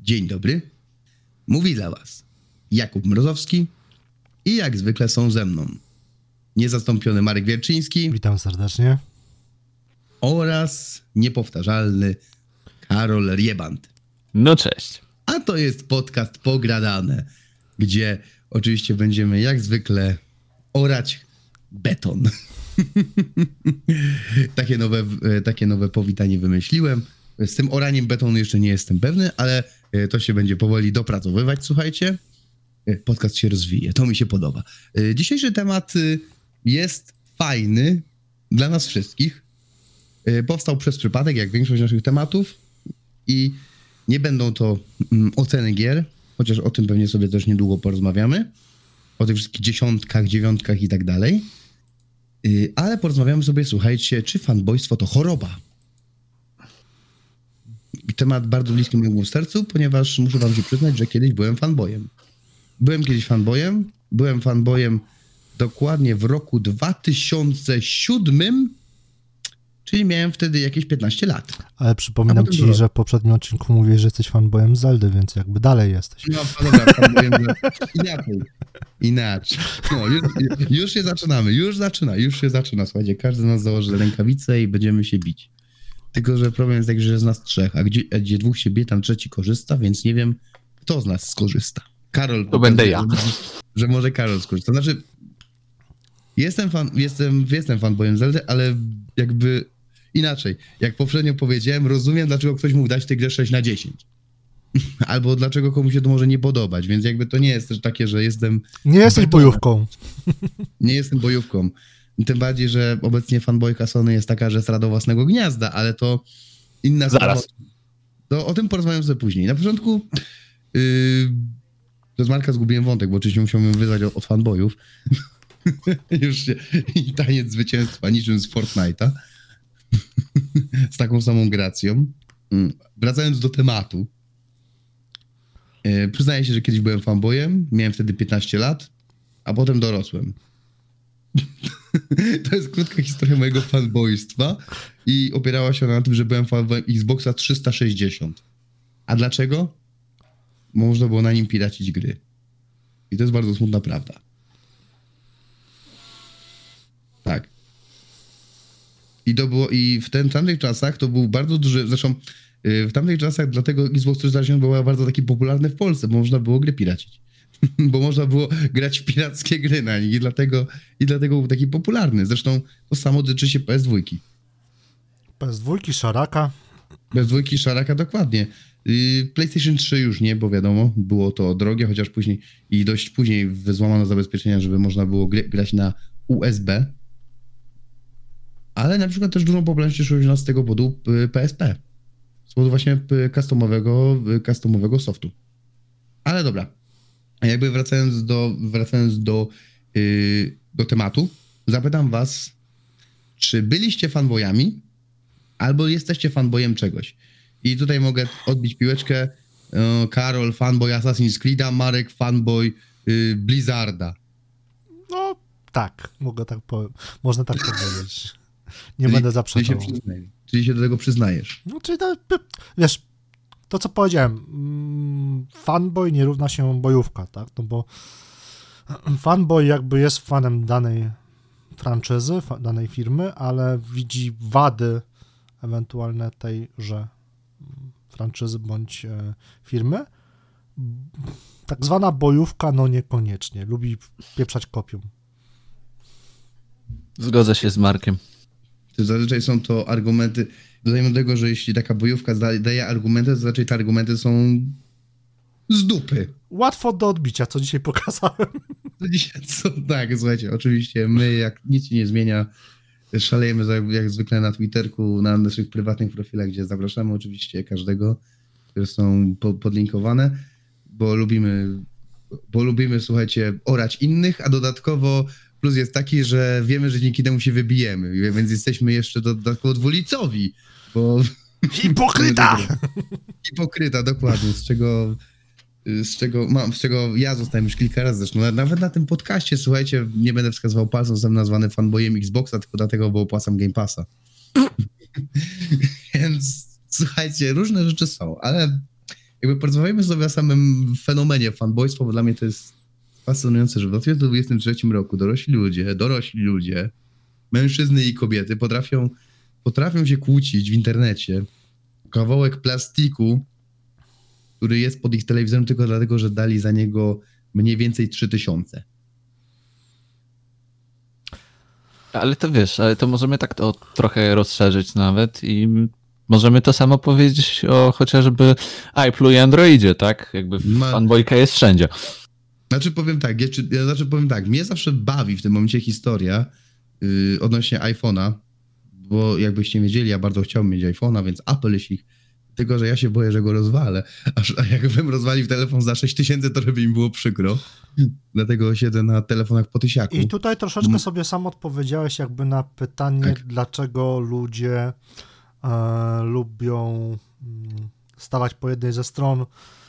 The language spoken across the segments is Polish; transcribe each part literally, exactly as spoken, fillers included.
Dzień dobry. Mówi dla was Jakub Mrozowski i jak zwykle są ze mną niezastąpiony Marek Wierczyński. Witam serdecznie. Oraz niepowtarzalny Karol Rieband. No cześć. A to jest podcast Pogradane, gdzie oczywiście będziemy jak zwykle orać beton. takie, nowe, takie nowe powitanie wymyśliłem. Z tym oraniem betonu jeszcze nie jestem pewny, ale to się będzie powoli dopracowywać, słuchajcie. Podcast się rozwije, to mi się podoba. Dzisiejszy temat jest fajny dla nas wszystkich. Powstał przez przypadek, jak większość naszych tematów, i nie będą to oceny gier, chociaż o tym pewnie sobie też niedługo porozmawiamy. O tych wszystkich dziesiątkach, dziewiątkach i tak dalej. Ale porozmawiamy sobie, słuchajcie, czy fanboystwo to choroba? Temat bardzo bliski mojemu sercu, ponieważ muszę wam się przyznać, że kiedyś byłem fanboyem. Byłem kiedyś fanboyem. Byłem fanboyem dokładnie w roku dwa tysiące siódmym, czyli miałem wtedy jakieś piętnaście lat. Ale przypominam ci, że w poprzednim odcinku mówiłeś, że jesteś fanboyem Zeldy, więc jakby dalej jesteś. No, no dobra, fanboyem inaczej. Inaczej. No, już, już się zaczynamy, już zaczyna, już się zaczyna. Słuchajcie, każdy z nas założy rękawice i będziemy się bić. Tylko że problem jest taki, że jest nas trzech, a gdzie, a gdzie dwóch się bije, tam trzeci korzysta, więc nie wiem, kto z nas skorzysta. Karol. To będę ja. Że, że może Karol skorzysta. Znaczy, jestem fan, jestem, jestem fanboyem Zeldy, ale jakby inaczej. Jak poprzednio powiedziałem, rozumiem, dlaczego ktoś mógł dać tej grze sześć na dziesięć. Albo dlaczego komuś się to może nie podobać, więc jakby to nie jest też takie, że jestem... Nie jesteś bojówką. Nie jestem bojówką. Tym bardziej, że obecnie fanboyka Sony jest taka, że stra do własnego gniazda, ale to inna sprawa. Zaraz. To o tym porozmawiam sobie później. Na początku yy, przez Marka zgubiłem wątek, bo oczywiście musiałbym wyzwać od, od fanboyów. Już się, i taniec zwycięstwa niczym z Fortnite'a. Z taką samą gracją. Yy, wracając do tematu. Yy, przyznaję się, że kiedyś byłem fanboyem. Miałem wtedy piętnaście lat, a potem dorosłem. To jest krótka historia mojego fanboystwa i opierała się na tym, że byłem fanboyem Xboxa trzysta sześćdziesiąt. A dlaczego? Bo można było na nim piracić gry. I to jest bardzo smutna prawda. Tak. I to było, i w, ten, w tamtych czasach to był bardzo duży, zresztą w tamtych czasach dlatego Xbox trzysta sześćdziesiąt był bardzo taki popularny w Polsce, bo można było gry piracić. Bo można było grać w pirackie gry na nich i dlatego, i dlatego był taki popularny. Zresztą to samo dotyczy się P S dwa. P S dwa, Szaraka. P S dwa, Szaraka, dokładnie. PlayStation trzy już nie, bo wiadomo, było to drogie, chociaż później i dość później złamano zabezpieczenia, żeby można było gry, grać na U S B. Ale na przykład też dużą popularność cieszyło się nas z tego powodu P S P. Z powodu właśnie customowego, customowego softu. Ale dobra. A jakby wracając do, wracając do, yy, do tematu, zapytam was, czy byliście fanboyami, albo jesteście fanboyem czegoś. I tutaj mogę odbić piłeczkę. Yy, Karol, fanboy Assassin's Creed'a, Marek, fanboy yy, Blizzarda. No tak, mogę tak po... można tak powiedzieć. Nie czyli, będę zaprzeczał. Czyli się, przyznaje, czyli się do tego przyznajesz. No, czyli to, wiesz, to co powiedziałem, fanboy nie równa się bojówka, tak? No bo fanboy jakby jest fanem danej franczyzy, danej firmy, ale widzi wady ewentualne tejże franczyzy bądź firmy. Tak zwana bojówka, no niekoniecznie. Lubi pieprzać kopią. Zgodzę się z Markiem. To zazwyczaj są to argumenty. Dodajmy do tego, że jeśli taka bojówka daje argumenty, to zazwyczaj te argumenty są z dupy. Łatwo do odbicia, co dzisiaj pokazałem. To dzisiaj, co, tak, słuchajcie, oczywiście my, jak nic się nie zmienia, szalejemy jak, jak zwykle na Twitterku, na naszych prywatnych profilach, gdzie zapraszamy oczywiście każdego, które są po, podlinkowane, bo lubimy, bo lubimy, słuchajcie, orać innych, a dodatkowo plus jest taki, że wiemy, że dzięki temu się wybijemy, więc jesteśmy jeszcze dodatkowo dwulicowi, bo... Hipokryta! Hipokryta, dokładnie, z czego, z czego mam, z czego ja zostałem już kilka razy zresztą. Nawet na tym podcaście, słuchajcie, nie będę wskazywał palcem, jestem nazwany fanboyem Xboxa, tylko dlatego, bo opłacam Game Passa. Więc słuchajcie, różne rzeczy są, ale jakby porozmawiajmy sobie o samym fenomenie fanboystwa, bo dla mnie to jest fascynujące, że w dwa tysiące dwudziestym trzecim roku dorośli ludzie, dorośli ludzie, mężczyzny i kobiety potrafią, potrafią się kłócić w internecie o kawałek plastiku, który jest pod ich telewizorem tylko dlatego, że dali za niego mniej więcej trzy tysiące. Ale to wiesz, ale to możemy tak to trochę rozszerzyć nawet i możemy to samo powiedzieć o chociażby Apple'u i Androidzie, tak? Jakby Ma... fanboyka jest wszędzie. Znaczy powiem tak, ja, czy, ja znaczy powiem tak, mnie zawsze bawi w tym momencie historia yy, odnośnie iPhone'a, bo jakbyście wiedzieli, ja bardzo chciałbym mieć iPhone'a, więc Apple, jeśli tylko, że ja się boję, że go rozwalę, a, a jakbym rozwalił telefon za sześć tysięcy, to by mi było przykro. Dlatego siedzę na telefonach po tysiaku. I tutaj troszeczkę sobie sam odpowiedziałeś jakby na pytanie, tak. Dlaczego ludzie e, lubią mm, stawać po jednej ze stron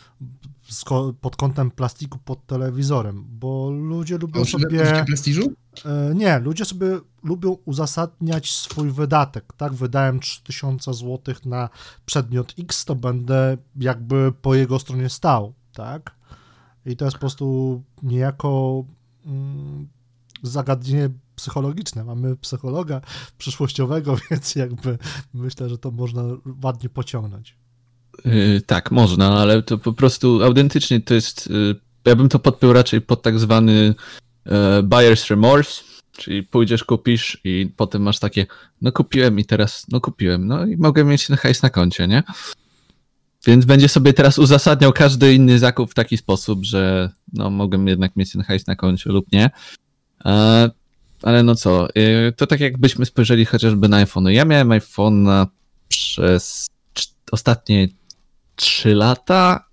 pod kątem plastiku pod telewizorem, bo ludzie lubią o, sobie... prestiżu? E, nie, ludzie sobie lubią uzasadniać swój wydatek, tak? Wydałem trzy tysiące złotych na przedmiot X, to będę jakby po jego stronie stał, tak? I to jest po prostu niejako mm, zagadnienie psychologiczne. Mamy psychologa przyszłościowego, więc jakby myślę, że to można ładnie pociągnąć. Yy, tak, można, ale to po prostu autentycznie to jest, yy, ja bym to podpiął raczej pod tak zwany yy, buyer's remorse, czyli pójdziesz, kupisz i potem masz takie, no kupiłem i teraz, no kupiłem, no i mogę mieć ten hajs na koncie, nie? Więc będzie sobie teraz uzasadniał każdy inny zakup w taki sposób, że no mogę jednak mieć ten hajs na koncie lub nie. E, ale no co, yy, to tak jakbyśmy spojrzeli chociażby na iPhone. Ja miałem iPhone'a przez cz- ostatnie trzy lata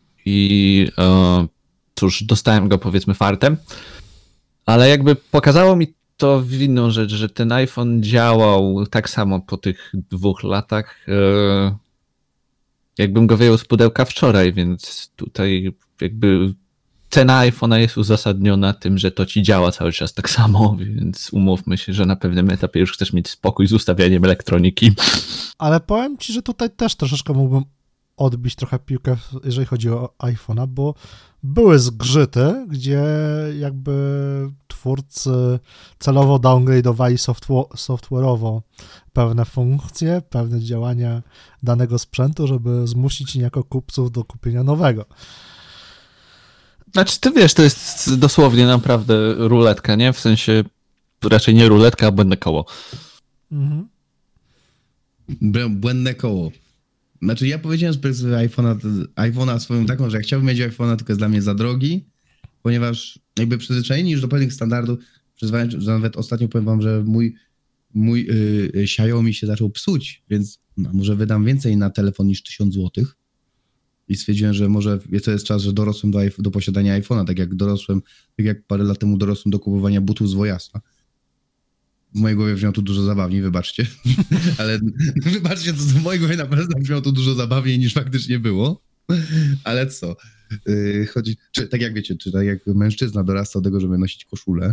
i e, cóż, dostałem go powiedzmy fartem, ale jakby pokazało mi to w inną rzecz, że ten iPhone działał tak samo po tych dwóch latach, e, jakbym go wyjął z pudełka wczoraj, więc tutaj jakby cena iPhone'a jest uzasadniona tym, że to ci działa cały czas tak samo, więc umówmy się, że na pewnym etapie już chcesz mieć spokój z ustawianiem elektroniki. Ale powiem ci, że tutaj też troszeczkę mógłbym odbić trochę piłkę, jeżeli chodzi o iPhone'a, bo były zgrzyty, gdzie jakby twórcy celowo downgrade'owali softwa- software'owo pewne funkcje, pewne działania danego sprzętu, żeby zmusić niejako kupców do kupienia nowego. Znaczy, ty wiesz, to jest dosłownie naprawdę ruletka, nie? W sensie raczej nie ruletka, a błędne koło. Mhm. Błędne koło. Znaczy ja powiedziałem z perspektywy iPhone'a, iPhone'a swoją taką, że jak chciałbym mieć iPhone'a, tylko jest dla mnie za drogi, ponieważ jakby przyzwyczajeni już do pewnych standardów, przyzwyczajeni, że nawet ostatnio powiem wam, że mój, mój yy, Xiaomi się zaczął psuć, więc no, może wydam więcej na telefon niż tysiąc złotych i stwierdziłem, że może to jest czas, że dorosłem do, do posiadania iPhone'a, tak jak dorosłem, tak jak parę lat temu dorosłem do kupowania butów z Wojasa. W mojej głowie brzmiało to dużo zabawniej, wybaczcie. Ale wybaczcie, to w mojej głowie naprawdę brzmiało to dużo zabawniej niż faktycznie było. Ale co? Yy, chodzi, czy tak jak wiecie, czy tak jak mężczyzna dorasta do tego, żeby nosić koszulę.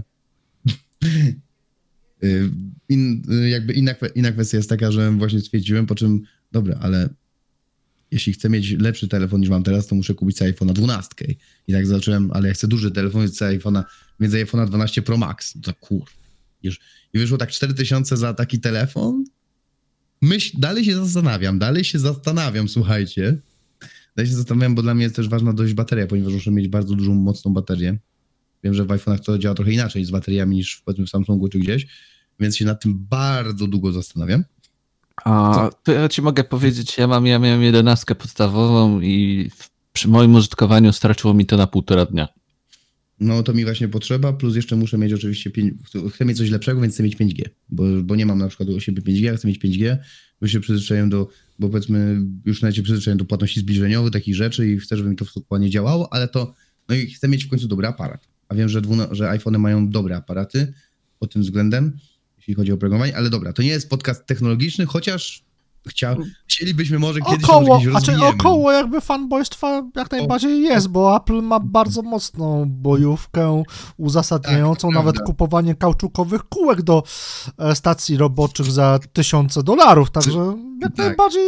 Yy, in, jakby inna, inna kwestia jest taka, że właśnie stwierdziłem, po czym dobra, ale jeśli chcę mieć lepszy telefon niż mam teraz, to muszę kupić sobie iPhone'a dwanaście. I tak zacząłem, ale ja chcę duży telefon, więc chcę iPhone'a, więc iPhone'a dwanaście Pro Max. To kur... I wyszło tak cztery tysiące za taki telefon. Myśl, dalej się zastanawiam, dalej się zastanawiam, słuchajcie. Dalej się zastanawiam, bo dla mnie jest też ważna dość bateria, ponieważ muszę mieć bardzo dużą, mocną baterię. Wiem, że w iPhone'ach to działa trochę inaczej z bateriami niż powiedzmy w Samsungu czy gdzieś, więc się nad tym bardzo długo zastanawiam. A to ja ci mogę powiedzieć, ja mam, ja miałem jedenastkę podstawową i w, przy moim użytkowaniu starczyło mi to na półtora dnia. No to mi właśnie potrzeba, plus jeszcze muszę mieć oczywiście, pięć, chcę mieć coś lepszego, więc chcę mieć pięć G, bo, bo nie mam na przykład u siebie pięć G, a chcę mieć pięć G, bo się przyzwyczaiłem do, bo powiedzmy już nawet się przyzwyczaiłem do płatności zbliżeniowych, takich rzeczy i chcę, żeby mi to dokładnie działało, ale to, no i chcę mieć w końcu dobry aparat. A wiem, że, dwuna, że iPhony mają dobre aparaty pod tym względem, jeśli chodzi o programowanie, ale dobra, to nie jest podcast technologiczny, chociaż Chcia, chcielibyśmy może kiedyś około, to znaczy około jakby fanboystwa jak najbardziej jest, bo Apple ma bardzo mocną bojówkę uzasadniającą tak, nawet prawda. Kupowanie kauczukowych kółek do stacji roboczych za tysiące dolarów, także jak tak. najbardziej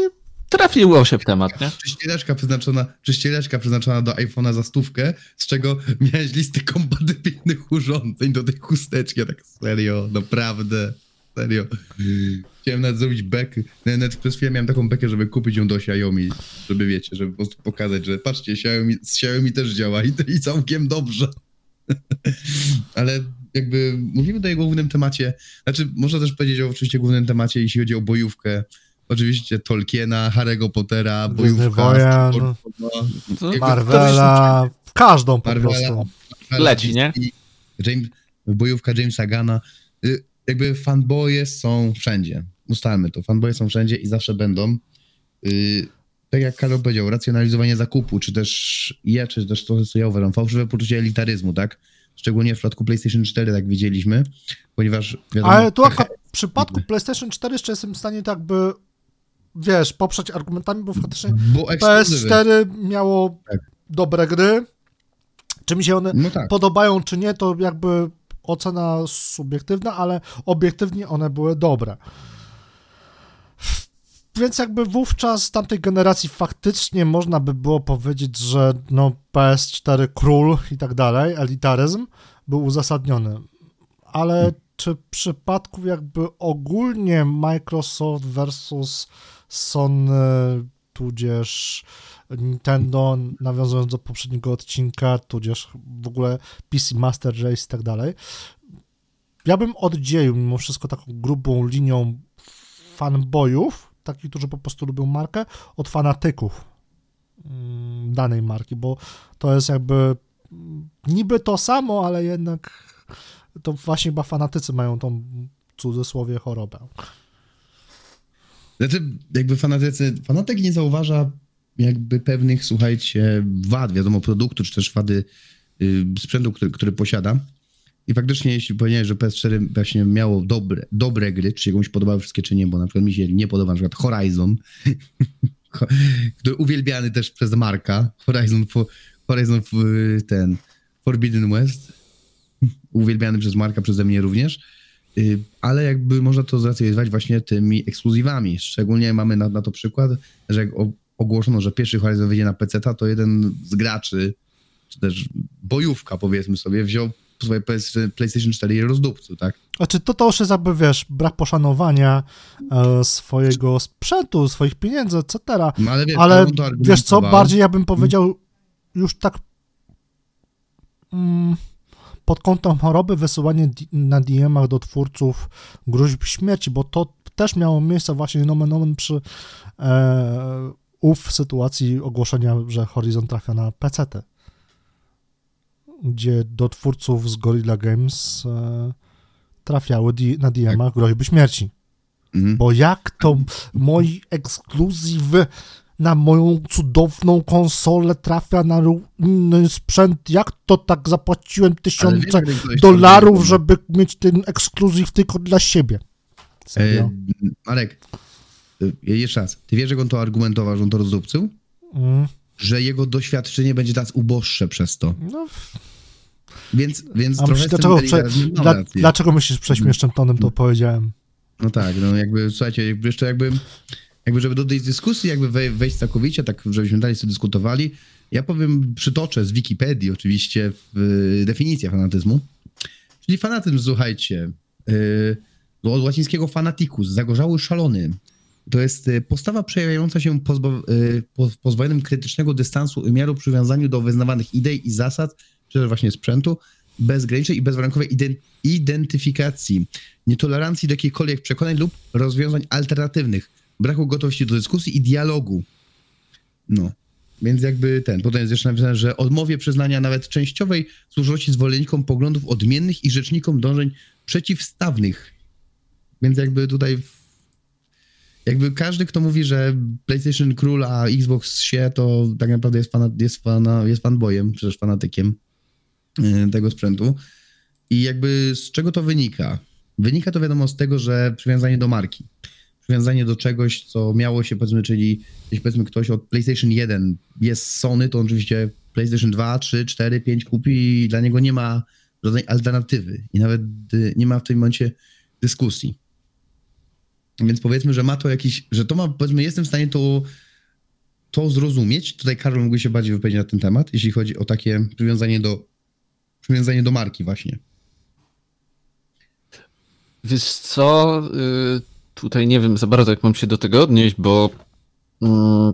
trafiło się w temat, nie? Czy ścieżka przeznaczona, czy ścieżka przeznaczona do iPhone'a za stówkę, z czego miałeś listę kompatybilnych urządzeń do tej chusteczki. Ja tak serio, naprawdę, serio. Chciałem nawet zrobić bekę, nawet przez chwilę miałem taką bekę, żeby kupić ją do Xiaomi, żeby wiecie, żeby po prostu pokazać, że patrzcie, Xiaomi, z Xiaomi też działa i, i całkiem dobrze. Ale jakby mówimy tutaj o głównym temacie, znaczy można też powiedzieć o oczywiście głównym temacie, jeśli chodzi o bojówkę. Oczywiście Tolkiena, Harry'ego Pottera, Gwiezdnych bojówka, Wojen, To jakby Marvela, w każdą po Marvela, prostu. Leci, nie? James, bojówka Jamesa Gunna. Y, Jakby fanboye są wszędzie. Ustalmy to. Fanboye są wszędzie i zawsze będą. Y, Tak jak Karol powiedział, racjonalizowanie zakupu, czy też ja, czy też to, co ja uważam, fałszywe poczucie elitaryzmu, tak? Szczególnie w przypadku PlayStation cztery, tak widzieliśmy, ponieważ wiadomo... Ale tu akurat w przypadku PlayStation cztery jeszcze jestem w stanie tak by, wiesz, poprzeć argumentami, bo faktycznie Bo P S ekskluzywy. cztery miało Tak. dobre gry. Czy mi się one No tak. podobają, czy nie, to jakby ocena subiektywna, ale obiektywnie one były dobre. Więc jakby wówczas z tamtej generacji faktycznie można by było powiedzieć, że no P S cztery król i tak dalej, elitaryzm był uzasadniony. Ale czy w przypadku jakby ogólnie Microsoft versus Sony, tudzież Nintendo, nawiązując do poprzedniego odcinka, tudzież w ogóle P C Master Race i tak dalej, ja bym oddzielił mimo wszystko taką grubą linią fanboyów, takich, którzy po prostu lubią markę, od fanatyków mm, danej marki, bo to jest jakby mm, niby to samo, ale jednak to właśnie chyba fanatycy mają tą w cudzysłowie chorobę. Znaczy, jakby fanatycy, fanatyk nie zauważa jakby pewnych, słuchajcie, wad, wiadomo, produktu, czy też wady y, sprzętu, który, który posiada. I faktycznie, jeśli powiedziałeś, że P S cztery właśnie miało dobre, dobre gry, czy się komuś podobały wszystkie, czy nie, bo na przykład mi się nie podoba na przykład Horizon, który uwielbiany też przez Marka, Horizon, Horizon ten Forbidden West, uwielbiany przez Marka, przeze mnie również, ale jakby można to zracjonalizować właśnie tymi ekskluzywami. Szczególnie mamy na, na to przykład, że jak ogłoszono, że pierwszy Horizon wyjdzie na peceta, to jeden z graczy, czy też bojówka, powiedzmy sobie, wziął swoje PlayStation cztery i rozdupcu, tak? Znaczy to, to już jest jakby, wiesz, brak poszanowania e, swojego sprzętu, swoich pieniędzy, et cetera. No, ale wiesz, ale on to wiesz co, argumentował. bardziej ja bym powiedział już tak mm, pod kątem choroby wysyłanie di- na D M-ach do twórców gruźb śmierci, bo to też miało miejsce właśnie nomen omen przy e, ów sytuacji ogłoszenia, że Horizon trafia na pecety, gdzie do twórców z Gorilla Games e, trafiały di- na D M-ach groźby śmierci. Mhm. Bo jak to moi ekskluzywy na moją cudowną konsolę trafia na ru- inny sprzęt, jak to tak zapłaciłem tysiące Ale wiesz, jak dolarów, ktoś- żeby mieć ten ekskluzyw tylko dla siebie. Serio? E, Marek, e, jeszcze raz, ty wiesz, jak on to argumentował, że on to rozdupcył? Mm. Że jego doświadczenie będzie teraz uboższe przez to. No, Więc, więc a trochę myślisz, z tym dlaczego, prze, elitaryzmem mam dla, rację. dlaczego myślisz prześmieszczym tonem to powiedziałem? No tak, no jakby, słuchajcie, jakby jeszcze jakby, jakby żeby do tej dyskusji jakby wej- wejść całkowicie, tak żebyśmy dalej sobie dyskutowali, ja powiem, przytoczę z Wikipedii oczywiście w, definicję fanatyzmu. Czyli fanatyzm, słuchajcie, yy, od łacińskiego fanaticus, zagorzały szalony. To jest y, postawa przejawiająca się pozba- y, po, pozbawieniem krytycznego dystansu i miaru przywiązaniu do wyznawanych idei i zasad, czy też właśnie sprzętu, bezgranicznej i bezwarunkowej ident- identyfikacji, nietolerancji do jakichkolwiek przekonań lub rozwiązań alternatywnych, braku gotowości do dyskusji i dialogu. No, więc jakby ten, potem jest jeszcze napisane, że odmowie przyznania nawet częściowej słuszności zwolennikom poglądów odmiennych i rzecznikom dążeń przeciwstawnych. Więc jakby tutaj jakby każdy, kto mówi, że PlayStation król, a Xbox się, to tak naprawdę jest, fana, jest, fana, jest fanboyem, czy też fanatykiem yy, tego sprzętu. I jakby z czego to wynika? Wynika to wiadomo z tego, że przywiązanie do marki. Przywiązanie do czegoś, co miało się, powiedzmy, czyli jeśli powiedzmy ktoś od PlayStation jeden jest Sony, to oczywiście PlayStation dwa, trzy, cztery, pięć kupi i dla niego nie ma żadnej alternatywy. I nawet yy, nie ma w tym momencie dyskusji. Więc powiedzmy, że ma to jakiś, że to ma, powiedzmy, jestem w stanie to, to zrozumieć. Tutaj Karol mógłby się bardziej wypowiedzieć na ten temat, jeśli chodzi o takie przywiązanie do, przywiązanie do marki właśnie. Wiesz co, y, tutaj nie wiem za bardzo, jak mam się do tego odnieść, bo y,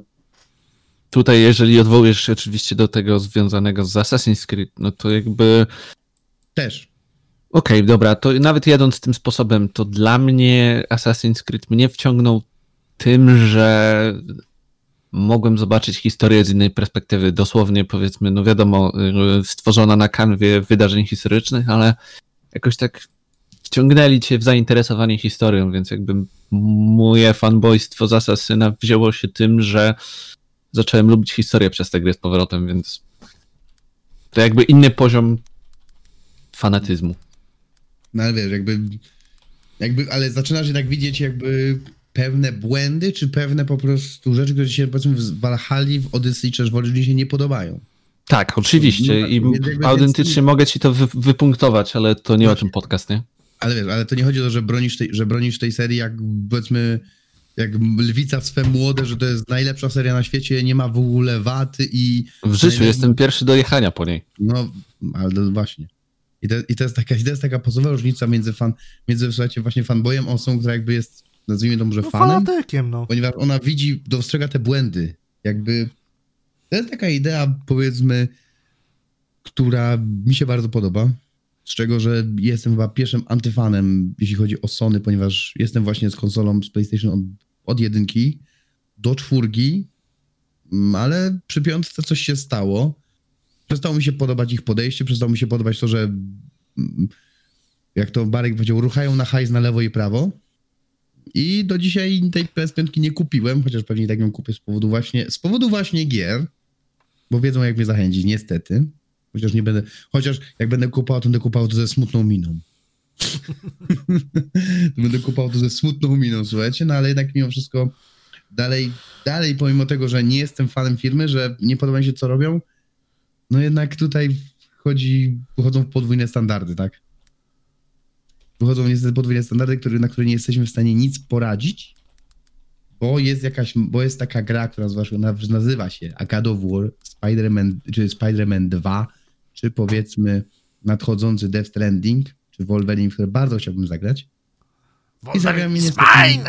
tutaj jeżeli odwołujesz się oczywiście do tego związanego z Assassin's Creed, no to jakby... Też. Okej, okay, dobra, to nawet jadąc tym sposobem, to dla mnie Assassin's Creed mnie wciągnął tym, że mogłem zobaczyć historię z innej perspektywy, dosłownie powiedzmy, no wiadomo, stworzona na kanwie wydarzeń historycznych, ale jakoś tak wciągnęli cię w zainteresowanie historią, więc jakby moje fanboystwo z Assassina wzięło się tym, że zacząłem lubić historię przez tę grę z powrotem, więc to jakby inny poziom fanatyzmu. No ale wiesz, jakby, jakby, ale zaczynasz jednak widzieć jakby pewne błędy, czy pewne po prostu rzeczy, które ci się powiedzmy w Valhalli, w Odyssey czy w Origin się nie podobają. Tak, oczywiście No, i jakby autentycznie więc... mogę ci to wy, wypunktować, ale to nie o czym podcast, nie? Ale wiesz, ale to nie chodzi o to, że bronisz tej, że bronisz tej serii jak powiedzmy jak Lwica swe młode, że to jest najlepsza seria na świecie, nie ma w ogóle waty i... W życiu najlepiej... jestem pierwszy do jechania po niej. No, ale to właśnie. I to, i to jest taka, i to jest taka podstawowa różnica między fan, między, słuchajcie, właśnie fanboyem, osobą, która jakby jest, nazwijmy to może no, fanem, fanatykiem, no. Ponieważ ona widzi, dostrzega te błędy. Jakby to jest taka idea, powiedzmy, która mi się bardzo podoba, z czego, że jestem chyba pierwszym antyfanem, jeśli chodzi o Sony, ponieważ jestem właśnie z konsolą z PlayStation od, od jedynki do czwórki, ale przy piątce coś się stało. Przestało mi się podobać ich podejście, przestało mi się podobać to, że jak to Barek powiedział, ruchają na hajs na lewo i prawo. I do dzisiaj tej P S pięć nie kupiłem, chociaż pewnie tak ją kupię z powodu właśnie, z powodu właśnie gier, bo wiedzą jak mnie zachęcić, niestety. Chociaż nie będę, chociaż jak będę kupował, to będę kupował to ze smutną miną. to będę kupował to ze smutną miną, słuchajcie, no ale jednak mimo wszystko dalej, dalej pomimo tego, że nie jestem fanem firmy, że nie podoba mi się co robią, no jednak tutaj wchodzi, wychodzą w podwójne standardy, tak? Wychodzą niestety podwójne standardy, które, na które nie jesteśmy w stanie nic poradzić, bo jest jakaś, bo jest taka gra, która nazywa się A God of War, Spider-Man, czy Spider-Man dwa, czy powiedzmy nadchodzący Death Stranding, czy Wolverine, które bardzo chciałbym zagrać. I zagram niestety...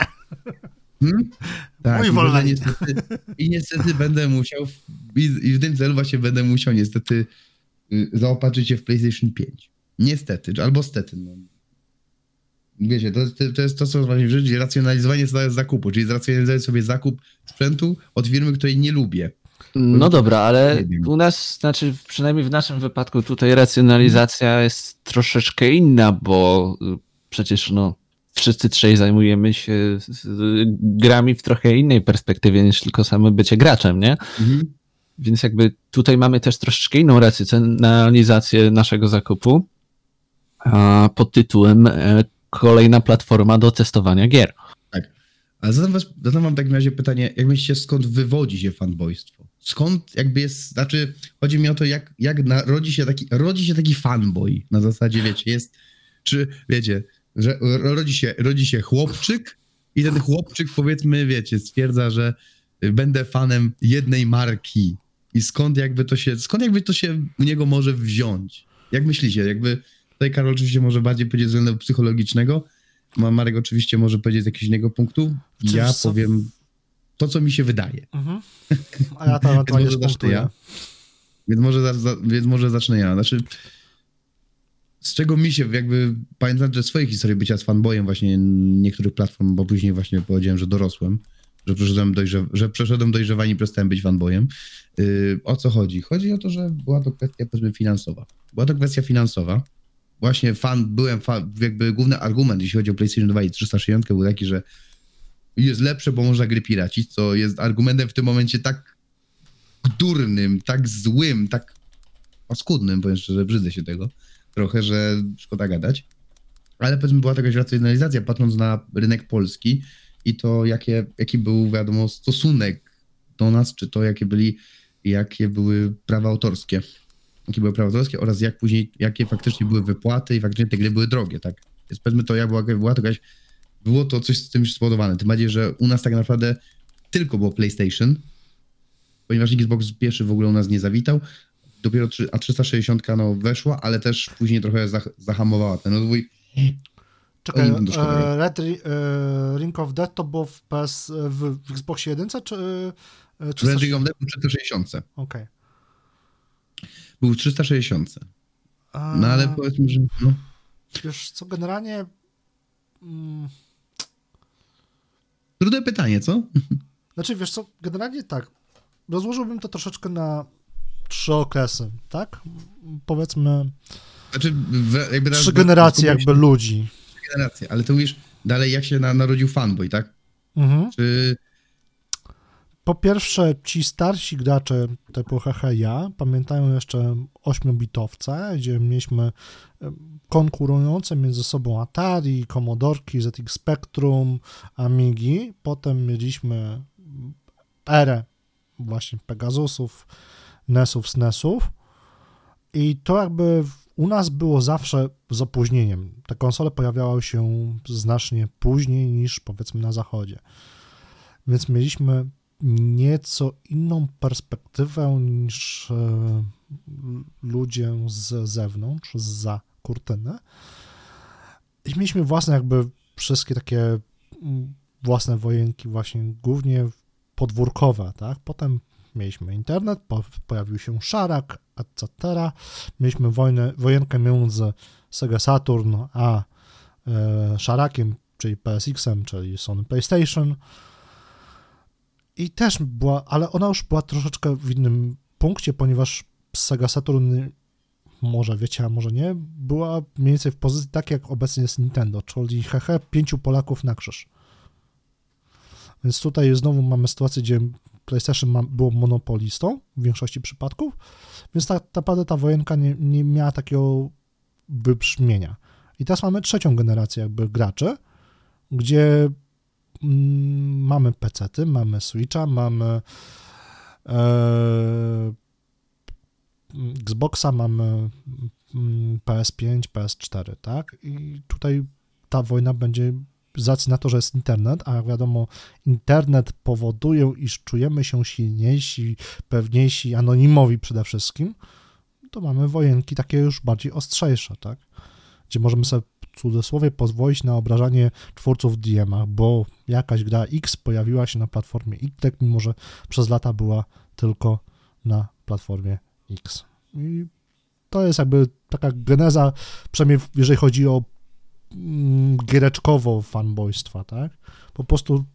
Hmm? Tak, Mój i, Wolverine. niestety, i niestety będę musiał, i, i w tym celu właśnie będę musiał niestety y, zaopatrzyć się w PlayStation pięć. Niestety, albo stety, no. Wiecie, to, to jest to, co właśnie w życiu, racjonalizowanie zakupu, czyli zracjonalizować sobie zakup sprzętu od firmy, której nie lubię. No dobra, ale u nas, znaczy przynajmniej w naszym wypadku tutaj racjonalizacja jest troszeczkę inna, bo przecież no wszyscy trzej zajmujemy się grami w trochę innej perspektywie niż tylko same bycie graczem, nie? Mhm. Więc jakby tutaj mamy też troszeczkę inną racjonalizację naszego zakupu a pod tytułem kolejna platforma do testowania gier. Tak. Ale zadam, was, zadam wam w takim razie pytanie, jak myślicie, skąd wywodzi się fanboystwo? Skąd jakby jest, znaczy chodzi mi o to, jak, jak na, rodzi, się taki, rodzi się taki fanboy na zasadzie, wiecie, jest, czy wiecie, że rodzi się, rodzi się chłopczyk i ten chłopczyk powiedzmy, wiecie, stwierdza, że będę fanem jednej marki i skąd jakby to się, skąd jakby to się u niego może wziąć? Jak myślicie, jakby tutaj Karol oczywiście może bardziej powiedzieć z względu psychologicznego, Marek oczywiście może powiedzieć z jakiegoś innego punktu. Czy ja co? powiem to, co mi się wydaje. Mhm. A ja to ewentualnie więc, może zacznę ja. więc, może za, za, więc może zacznę ja. Znaczy, z czego mi się jakby, pamiętam, że swoje historie bycia z fanboyem właśnie niektórych platform, bo później właśnie powiedziałem, że dorosłem, że przeszedłem, dojrzew, że przeszedłem dojrzewanie i przestałem być fanboyem. Yy, o co chodzi? Chodzi o to, że była to kwestia powiedzmy finansowa. Była to kwestia finansowa. Właśnie fan, byłem fan, jakby główny argument, jeśli chodzi o PlayStation dwa i trzysta sześćdziesiąt był taki, że jest lepsze, bo można gry piracić, co jest argumentem w tym momencie tak durnym, tak złym, tak paskudnym, powiem szczerze, brzydzę się tego trochę, że szkoda gadać. Ale powiedzmy była taka racjonalizacja, patrząc na rynek polski i to jakie, jaki był, wiadomo, stosunek do nas, czy to jakie byli, jakie były prawa autorskie. Jakie były prawa autorskie oraz jak później, jakie faktycznie były wypłaty i faktycznie te gry były drogie, tak? Więc powiedzmy to, jak była, była to jakaś było to coś z tym już spowodowane. Tym bardziej, że u nas tak naprawdę tylko było PlayStation, ponieważ Xbox pierwszy w ogóle u nas nie zawitał. Dopiero trzy, a trzysta sześćdziesiąt no weszła, ale też później trochę zah, zahamowała ten rozwój. Czekaj, e, Red e, Ring of Death to było w, P S, w, w Xboxie jeden czy... E, Red Ring of Death był w trzysta sześćdziesiąt. Okej. Okay. Był w trzysta sześćdziesiąt. No ale powiedzmy, że... No. Wiesz co, generalnie... Mm... Trudne pytanie, co? Znaczy, wiesz co, generalnie tak, rozłożyłbym to troszeczkę na trzy okresy, tak? Powiedzmy, znaczy, jakby trzy generacje jakby się, ludzi. Trzy generacje, ale to mówisz dalej, jak się na, narodził fanboy, tak? Mhm. Czy... Po pierwsze, ci starsi gracze typu hehe ja pamiętają jeszcze ośmiobitowce, gdzie mieliśmy konkurujące między sobą Atari, Commodorki, Z X Spectrum, Amigi. Potem mieliśmy erę właśnie Pegasusów, nesów, snesów i to jakby u nas było zawsze z opóźnieniem. Te konsole pojawiały się znacznie później niż powiedzmy na zachodzie. Więc mieliśmy nieco inną perspektywę niż e, ludzie z zewnątrz, zza kurtyny. I mieliśmy własne jakby wszystkie takie własne wojenki właśnie głównie podwórkowe, tak? Potem mieliśmy internet, po, pojawił się szarak, et cetera. Mieliśmy wojnę, wojenkę między Sega Saturn a e, szarakiem, czyli P S X-em, czyli Sony PlayStation. I też była, ale ona już była troszeczkę w innym punkcie, ponieważ Sega Saturn, może wiecie, a może nie, była mniej więcej w pozycji tak, jak obecnie jest Nintendo, czyli hehe, pięciu Polaków na krzyż. Więc tutaj znowu mamy sytuację, gdzie PlayStation ma, było monopolistą w większości przypadków, więc tak naprawdę ta wojenka nie, nie miała takiego wybrzmienia. I teraz mamy trzecią generację jakby graczy, gdzie mm, mamy pecety, mamy Switcha, mamy e, Xboxa, mamy P S pięć, P S cztery, tak? I tutaj ta wojna będzie z racji na to, że jest internet, a jak wiadomo, internet powoduje, iż czujemy się silniejsi, pewniejsi, anonimowi przede wszystkim, to mamy wojenki takie już bardziej ostrzejsze, tak? Gdzie możemy sobie w cudzysłowie pozwolić na obrażanie twórców D M-a, bo jakaś gra X pojawiła się na platformie Y, mimo że przez lata była tylko na platformie X. I to jest jakby taka geneza, przynajmniej jeżeli chodzi o giereczkowo fanboystwa, tak? Po prostu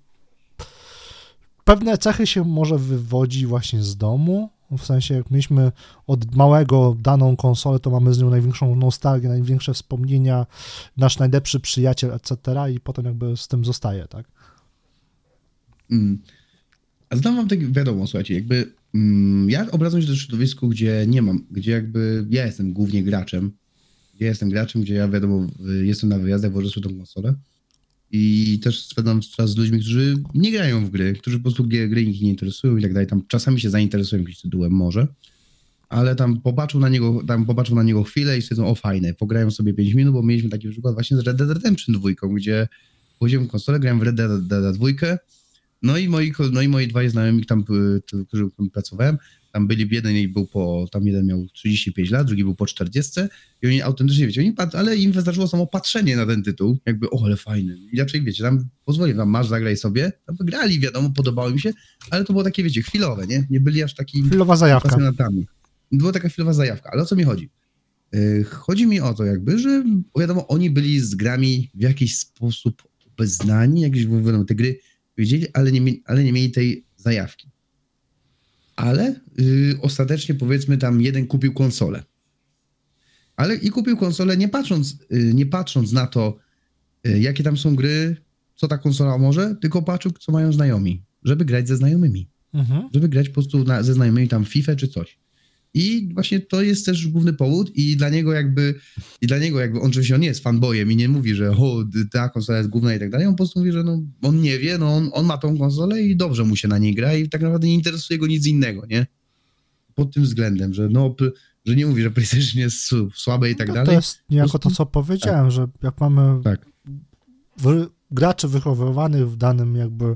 pewne cechy się może wywodzi właśnie z domu, w sensie jak mieliśmy od małego daną konsolę, to mamy z nią największą nostalgię, największe wspomnienia, nasz najlepszy przyjaciel, et cetera i potem jakby z tym zostaje, tak? Mm. A znam wam tak wiadomo, słuchajcie, jakby mm, ja obracam się do środowisku, gdzie nie mam, gdzie jakby ja jestem głównie graczem, gdzie jestem graczem, gdzie ja wiadomo, jestem na wyjazdach, wożę sobie tą konsolę i też spędzam czas z ludźmi, którzy nie grają w gry, którzy po prostu gry ich nie interesują i tak dalej. Tam czasami się zainteresują jakimś tytułem może, ale tam popatrzą na niego, tam popatrzą na niego chwilę i stwierdzą, o fajne, pograją sobie pięć minut, bo mieliśmy taki przykład właśnie z Red Dead Redemption dwa, gdzie włożyłem konsolę, grałem w Red Dead dwa, no i moi, no i moi dwaj znajomi tam, którzy pracowałem, tam byli, jeden był po, tam jeden miał trzydzieści pięć lat, drugi był po czterdzieści i oni autentycznie, wiecie, oni, ale im wystarczyło samo patrzenie na ten tytuł, jakby, o, ale fajny. I raczej, wiecie, tam pozwoli, tam masz, zagraj sobie, tam wygrali, wiadomo, podobało mi się, ale to było takie, wiecie, chwilowe, nie? Nie byli aż takimi chwilowa zajawka. pasjonatami. Była taka chwilowa zajawka, ale o co mi chodzi? Yy, chodzi mi o to jakby, że wiadomo, oni byli z grami w jakiś sposób obeznani, jakieś, wiadomo, te gry wiedzieli, ale nie, ale nie mieli tej zajawki. Ale yy, ostatecznie powiedzmy tam jeden kupił konsolę. Ale i kupił konsolę nie patrząc, yy, nie patrząc na to, yy, jakie tam są gry, co ta konsola może, tylko patrzył, co mają znajomi, żeby grać ze znajomymi. Mhm. Żeby grać po prostu na, ze znajomymi tam w FIFA czy coś. I właśnie to jest też główny powód i dla niego jakby, i dla niego jakby, on oczywiście on nie jest fanboyem i nie mówi, że o, ta konsola jest główna i tak dalej, on po prostu mówi, że no, on nie wie, no on, on ma tą konsolę i dobrze mu się na niej gra i tak naprawdę nie interesuje go nic innego, nie? Pod tym względem, że no, że nie mówi, że PlayStation jest słabe i tak no, dalej. To jest niejako to, co powiedziałem, tak. Że jak mamy tak. w graczy wychowywanych w danym jakby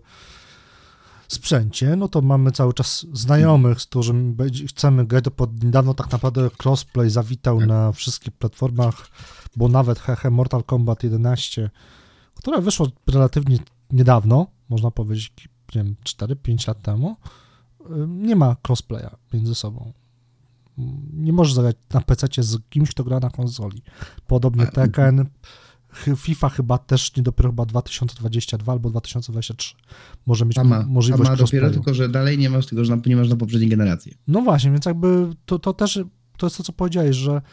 sprzęcie, no to mamy cały czas znajomych, z którymi będzie- chcemy grać, to pod niedawno tak naprawdę crossplay zawitał Tak. na wszystkich platformach, bo nawet hehe Mortal Kombat jedenaście, które wyszło relatywnie niedawno, można powiedzieć, nie wiem, cztery pięć lat temu, ym, nie ma crossplaya między sobą. Nie możesz zagrać na pececie z kimś, kto gra na konsoli. Podobnie A- Tekken, Chy- FIFA chyba też nie dopiero chyba dwa tysiące dwudziesty drugi albo dwa tysiące dwudziesty trzeci może mieć A ma, m- możliwość a ma dopiero, crossplayu. tylko że dalej nie masz, tylko że na- nie masz na poprzedniej generacji. No właśnie, więc jakby to, to też to jest to, co powiedziałeś, że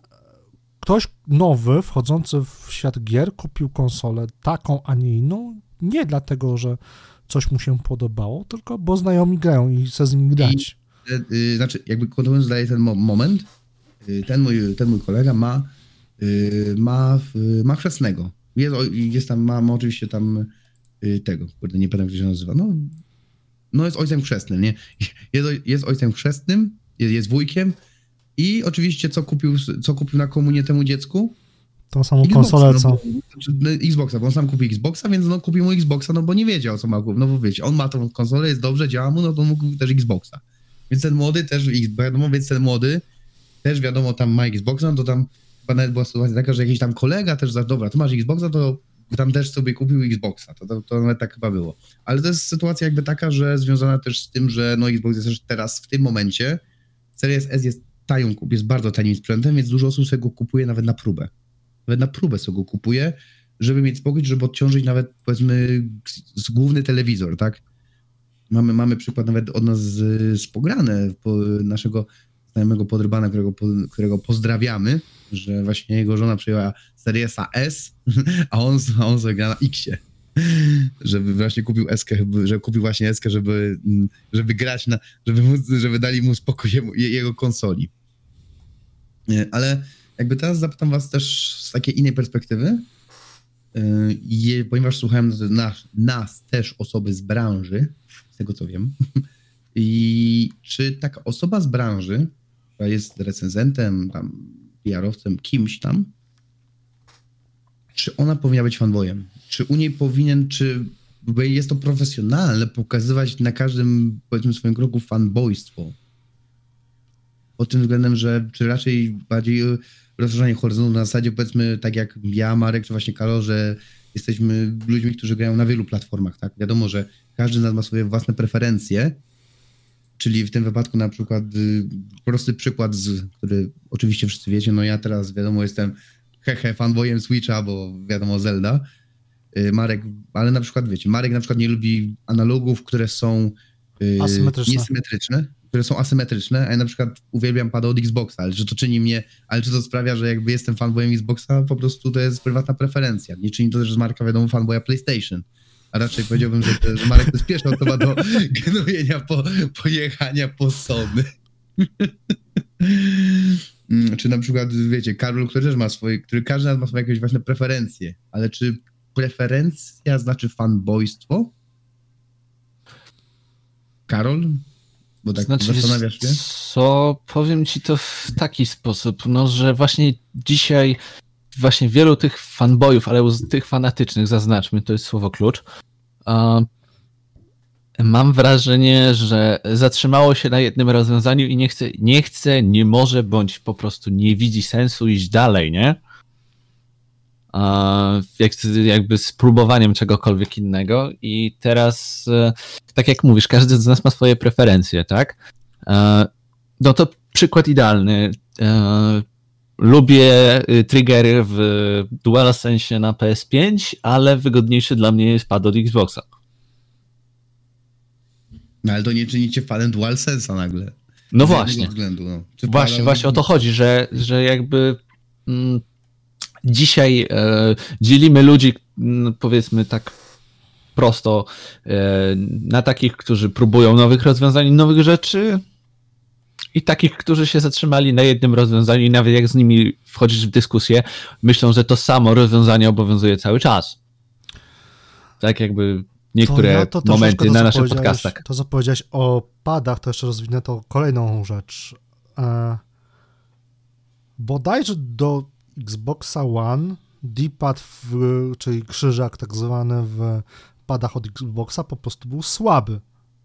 ktoś nowy, wchodzący w świat gier, kupił konsolę taką, a nie inną, nie dlatego, że coś mu się podobało, tylko bo znajomi grają i chce z nimi grać. Y, y, znaczy, jakby kontynuując dalej ten mo- moment, y, ten mój, ten mój kolega ma, y, ma, w- ma chrzestnego. Jest, o- jest tam, ma, ma oczywiście tam y, tego, kurde, nie pamiętam, jak to się nazywa. No, no jest ojcem chrzestnym, nie? Jest, oj- jest ojcem chrzestnym, jest, jest wujkiem i oczywiście co kupił, co kupił na komunię temu dziecku? Tą samą Xboxa, konsolę, no co... bo, znaczy, no, Xboxa, bo on sam kupił Xboxa, więc no kupił mu Xboxa, no bo nie wiedział, co ma kupić. No bo wiecie, on ma tą konsolę, jest dobrze, działa mu, no to mógł kupić też Xboxa. Więc ten młody też, wiadomo, więc ten młody też wiadomo, tam ma Xboxa, no to tam chyba nawet była sytuacja taka, że jakiś tam kolega też za, dobra, ty masz Xboxa, to tam też sobie kupił Xboxa, to, to, to nawet tak chyba było. Ale to jest sytuacja jakby taka, że związana też z tym, że no Xbox jest też teraz w tym momencie, Series S jest tają, jest bardzo tanim sprzętem, więc dużo osób sobie go kupuje nawet na próbę. Nawet na próbę sobie go kupuje, żeby mieć spokój, żeby odciążyć nawet, powiedzmy, z główny telewizor, tak? Mamy, mamy przykład nawet od nas z, z Pograne, po, naszego znajomego podrybana, którego, po, którego pozdrawiamy, że właśnie jego żona przyjęła Seriesa S, a on, a on sobie gra na X-ie. Żeby właśnie kupił eskę, że kupił właśnie eskę, żeby, żeby grać na, żeby, móc, żeby dali mu spokój jemu, jego konsoli. Nie, ale jakby teraz zapytam was też z takiej innej perspektywy, yy, je, ponieważ słuchałem nas, nas też osoby z branży, z tego co wiem, i czy taka osoba z branży, która jest recenzentem, tam P R-owcem, kimś tam, czy ona powinna być fanboyem? Czy u niej powinien, czy bo jest to profesjonalne, pokazywać na każdym, powiedzmy, swoim kroku fanboystwo? Pod tym względem, że czy raczej bardziej rozszerzanie horyzontu na zasadzie, powiedzmy, tak jak ja, Marek, czy właśnie Karol, że jesteśmy ludźmi, którzy grają na wielu platformach, tak? Wiadomo, że każdy z nas ma swoje własne preferencje, czyli w tym wypadku na przykład y, prosty przykład, z, który oczywiście wszyscy wiecie, no ja teraz wiadomo jestem hehe fanboyem Switcha, bo wiadomo Zelda, y, Marek, ale na przykład wiecie, Marek na przykład nie lubi analogów, które są y, Asymetryczne. niesymetryczne, które są asymetryczne, a ja na przykład uwielbiam pada od Xboxa, ale czy to czyni mnie, ale czy to sprawia, że jakby jestem fanboyem Xboxa, po prostu to jest prywatna preferencja. Nie czyni to też z Marka, wiadomo, fanboya PlayStation. A raczej powiedziałbym, że, że Marek to jest pierwsza osoba do genujenia po, pojechania po Sony. Czy na przykład, wiecie, Karol, który też ma swoje, który każdy z nas ma swoje jakieś własne preferencje, ale czy preferencja znaczy fanboystwo? Karol? Bo tak Znaczy, zastanawiasz się? co, powiem ci to w taki sposób, no, że właśnie dzisiaj właśnie wielu tych fanboyów, ale z tych fanatycznych, zaznaczmy, to jest słowo klucz, a mam wrażenie, że zatrzymało się na jednym rozwiązaniu i nie chce, nie chce, nie może, bądź po prostu nie widzi sensu iść dalej, nie? A jak, jakby z próbowaniem czegokolwiek innego i teraz, tak jak mówisz, każdy z nas ma swoje preferencje, tak? No to przykład idealny. Lubię triggery w DualSense na P S pięć, ale wygodniejszy dla mnie jest pad od Xboxa. No ale to nie czyni cię fanem DualSense'a nagle. No Z właśnie. jednego względu, no. Czy Właśnie, pada- właśnie o to chodzi, że, że jakby mm, dzisiaj e, dzielimy ludzi, m, powiedzmy tak prosto, e, na takich, którzy próbują nowych rozwiązań, nowych rzeczy i takich, którzy się zatrzymali na jednym rozwiązaniu i nawet jak z nimi wchodzisz w dyskusję, myślą, że to samo rozwiązanie obowiązuje cały czas. Tak jakby niektóre To ja to troszeczkę momenty to, na co naszych powiedziałeś- podcastach. To, co powiedziałeś o padach, to jeszcze rozwinę to kolejną rzecz. E, bodajże do Xboxa One D-pad, w, czyli krzyżak tak zwany w padach od Xboxa po prostu był słaby.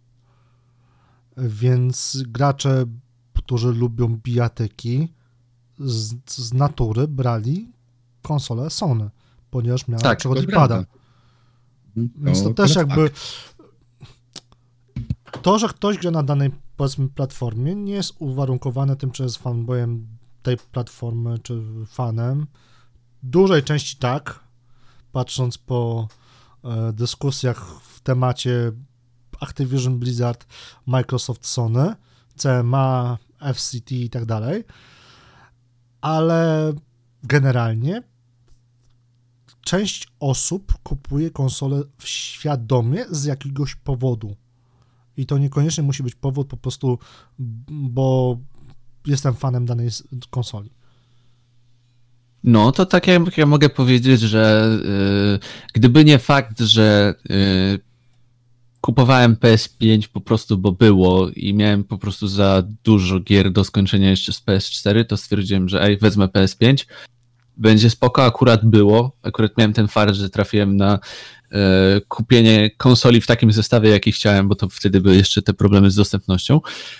Więc gracze, którzy lubią bijatyki, z, z natury brali konsolę Sony, ponieważ miała Tak, przewodnik to pada. prawda. Więc to, To też akurat jakby fakt. to, że ktoś gra na danej, powiedzmy, platformie, nie jest uwarunkowane tym, czy jest fanboyem tej platformy, czy fanem. W dużej części tak, patrząc po e, dyskusjach w temacie Activision Blizzard, Microsoft, Sony, C M A, F C T i tak dalej, ale generalnie część osób kupuje konsolę świadomie z jakiegoś powodu. I to niekoniecznie musi być powód po prostu, bo jestem fanem danej konsoli. No, to tak jak ja mogę powiedzieć, że yy, gdyby nie fakt, że yy, kupowałem P S pięć po prostu, bo było i miałem po prostu za dużo gier do skończenia jeszcze z P S cztery, to stwierdziłem, że ej, wezmę P S pięć, będzie spoko, akurat było, akurat miałem ten fart, że trafiłem na yy, kupienie konsoli w takim zestawie, jaki chciałem, bo to wtedy były jeszcze te problemy z dostępnością.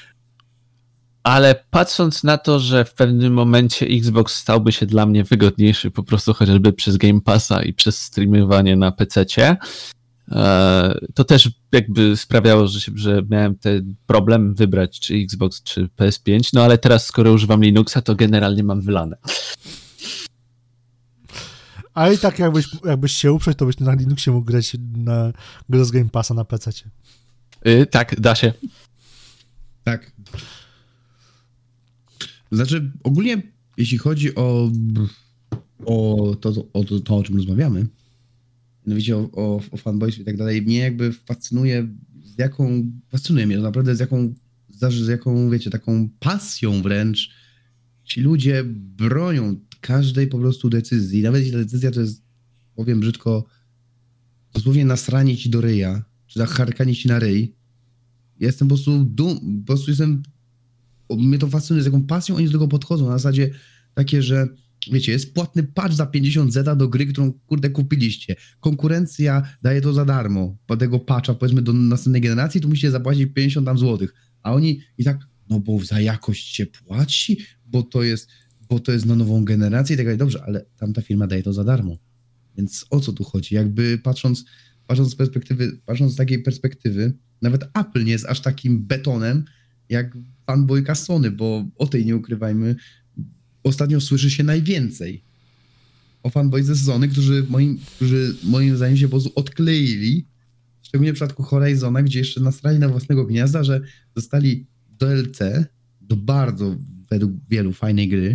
Ale patrząc na to, że w pewnym momencie Xbox stałby się dla mnie wygodniejszy po prostu chociażby przez Game Passa i przez streamowanie na pececie, to też jakby sprawiało, że, się, że miałem ten problem wybrać czy Xbox, czy P S pięć, no ale teraz skoro używam Linuxa, to generalnie mam wylane. Ale i tak jakbyś, jakbyś się uprzeć, to byś na Linuxie mógł grać na grę z Game Passa na pececie. Yy, tak, da się. Tak. Znaczy, ogólnie, jeśli chodzi o, o, to, o to, to, o czym rozmawiamy, mianowicie o, o, o fanboystwie i tak dalej, mnie jakby fascynuje, z jaką, fascynuje mnie to naprawdę, z jaką, z jaką, wiecie, taką pasją wręcz ci ludzie bronią każdej po prostu decyzji. Nawet jeśli ta decyzja to jest, powiem brzydko, dosłownie nasranie ci do ryja, czy zacharkanie ci na ryj. Ja jestem po prostu dum, po prostu jestem mnie to fascynuje, z jaką pasją oni do tego podchodzą, na zasadzie takie, że wiecie, jest płatny patch za pięćdziesiąt zeta do gry, którą kurde kupiliście. Konkurencja daje to za darmo, po tego patcha powiedzmy do następnej generacji, to musicie zapłacić pięćdziesiąt tam złotych, a oni i tak, no bo za jakość się płaci, bo to jest, bo to jest na nową generację i tak dalej. Dobrze, ale tamta firma daje to za darmo. Więc o co tu chodzi? Jakby patrząc, patrząc z perspektywy, patrząc z takiej perspektywy, nawet Apple nie jest aż takim betonem, jak fanboyka Sony, bo o tej nie ukrywajmy, ostatnio słyszy się najwięcej o fanboyce Sony, którzy moim, którzy moim zdaniem się po prostu odkleili, szczególnie w przypadku Horizona, gdzie jeszcze nastrali na własnego gniazda, że dostali D L C do bardzo, według wielu, fajnej gry.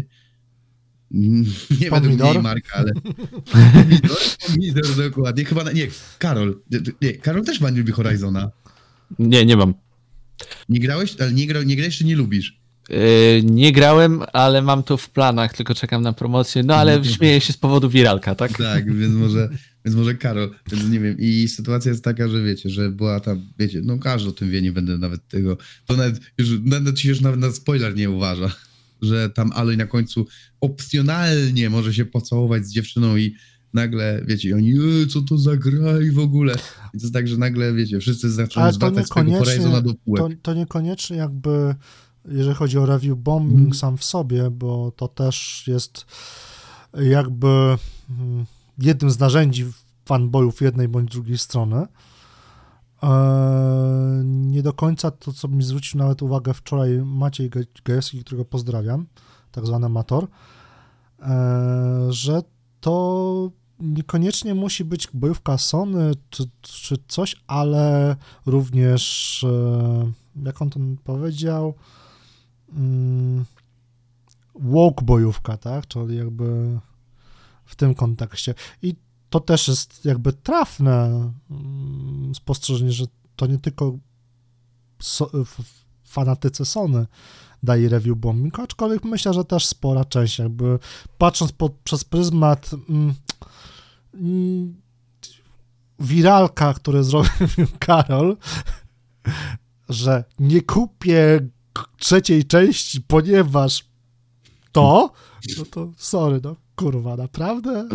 Nie według niej marka, ale pomidor, pomidor dokładnie. Chyba, na... nie, Karol, nie, Karol też chyba nie lubi Horizona. Nie, nie mam. Nie grałeś, ale nie, gra, nie grałeś, czy nie lubisz? Yy, nie grałem, ale mam to w planach, tylko czekam na promocję, no ale śmieję się z powodu wiralka, tak? Tak, więc może, więc może Karol, więc nie wiem. I sytuacja jest taka, że wiecie, że była tam, wiecie, no każdy o tym wie, nie będę nawet tego, to nawet już, nawet się już nawet na spoiler nie uważa, że tam Aloy na końcu opcjonalnie może się pocałować z dziewczyną i nagle, wiecie, i oni, e, co to za gra i w ogóle. I to jest tak, że nagle, wiecie, wszyscy zaczęli zwracać swojego Horizona do półek. To, to niekoniecznie jakby, jeżeli chodzi o review bombing hmm. sam w sobie, bo to też jest jakby jednym z narzędzi fanboyów jednej bądź drugiej strony. Eee, nie do końca to, co mi zwrócił nawet uwagę wczoraj Maciej Gajewski, którego pozdrawiam, tak zwany amator, eee, że to niekoniecznie musi być bojówka Sony czy, czy coś, ale również, e, jak on to powiedział, mm, woke bojówka, tak? Czyli jakby w tym kontekście. I to też jest jakby trafne mm, spostrzeżenie, że to nie tylko so, fanatycy Sony daje review bombing, aczkolwiek myślę, że też spora część, jakby patrząc po, przez pryzmat mm, mm, wiralka, który zrobił Karol, że nie kupię trzeciej części, ponieważ to, no to sorry, no. Kurwa, naprawdę?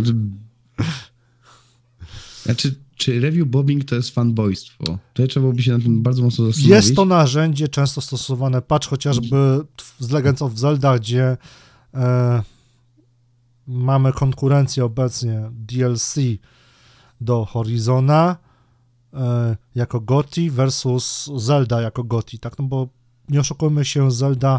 Znaczy, czy review bombing to jest fanboystwo? Tutaj trzeba byłoby się na tym bardzo mocno zastanowić. Jest to narzędzie często stosowane. Patrz chociażby z Legends of Zelda, gdzie e, mamy konkurencję obecnie D L C do Horizona e, jako G O T Y versus Zelda jako G O T Y, tak? No bo nie oszukujmy się, Zelda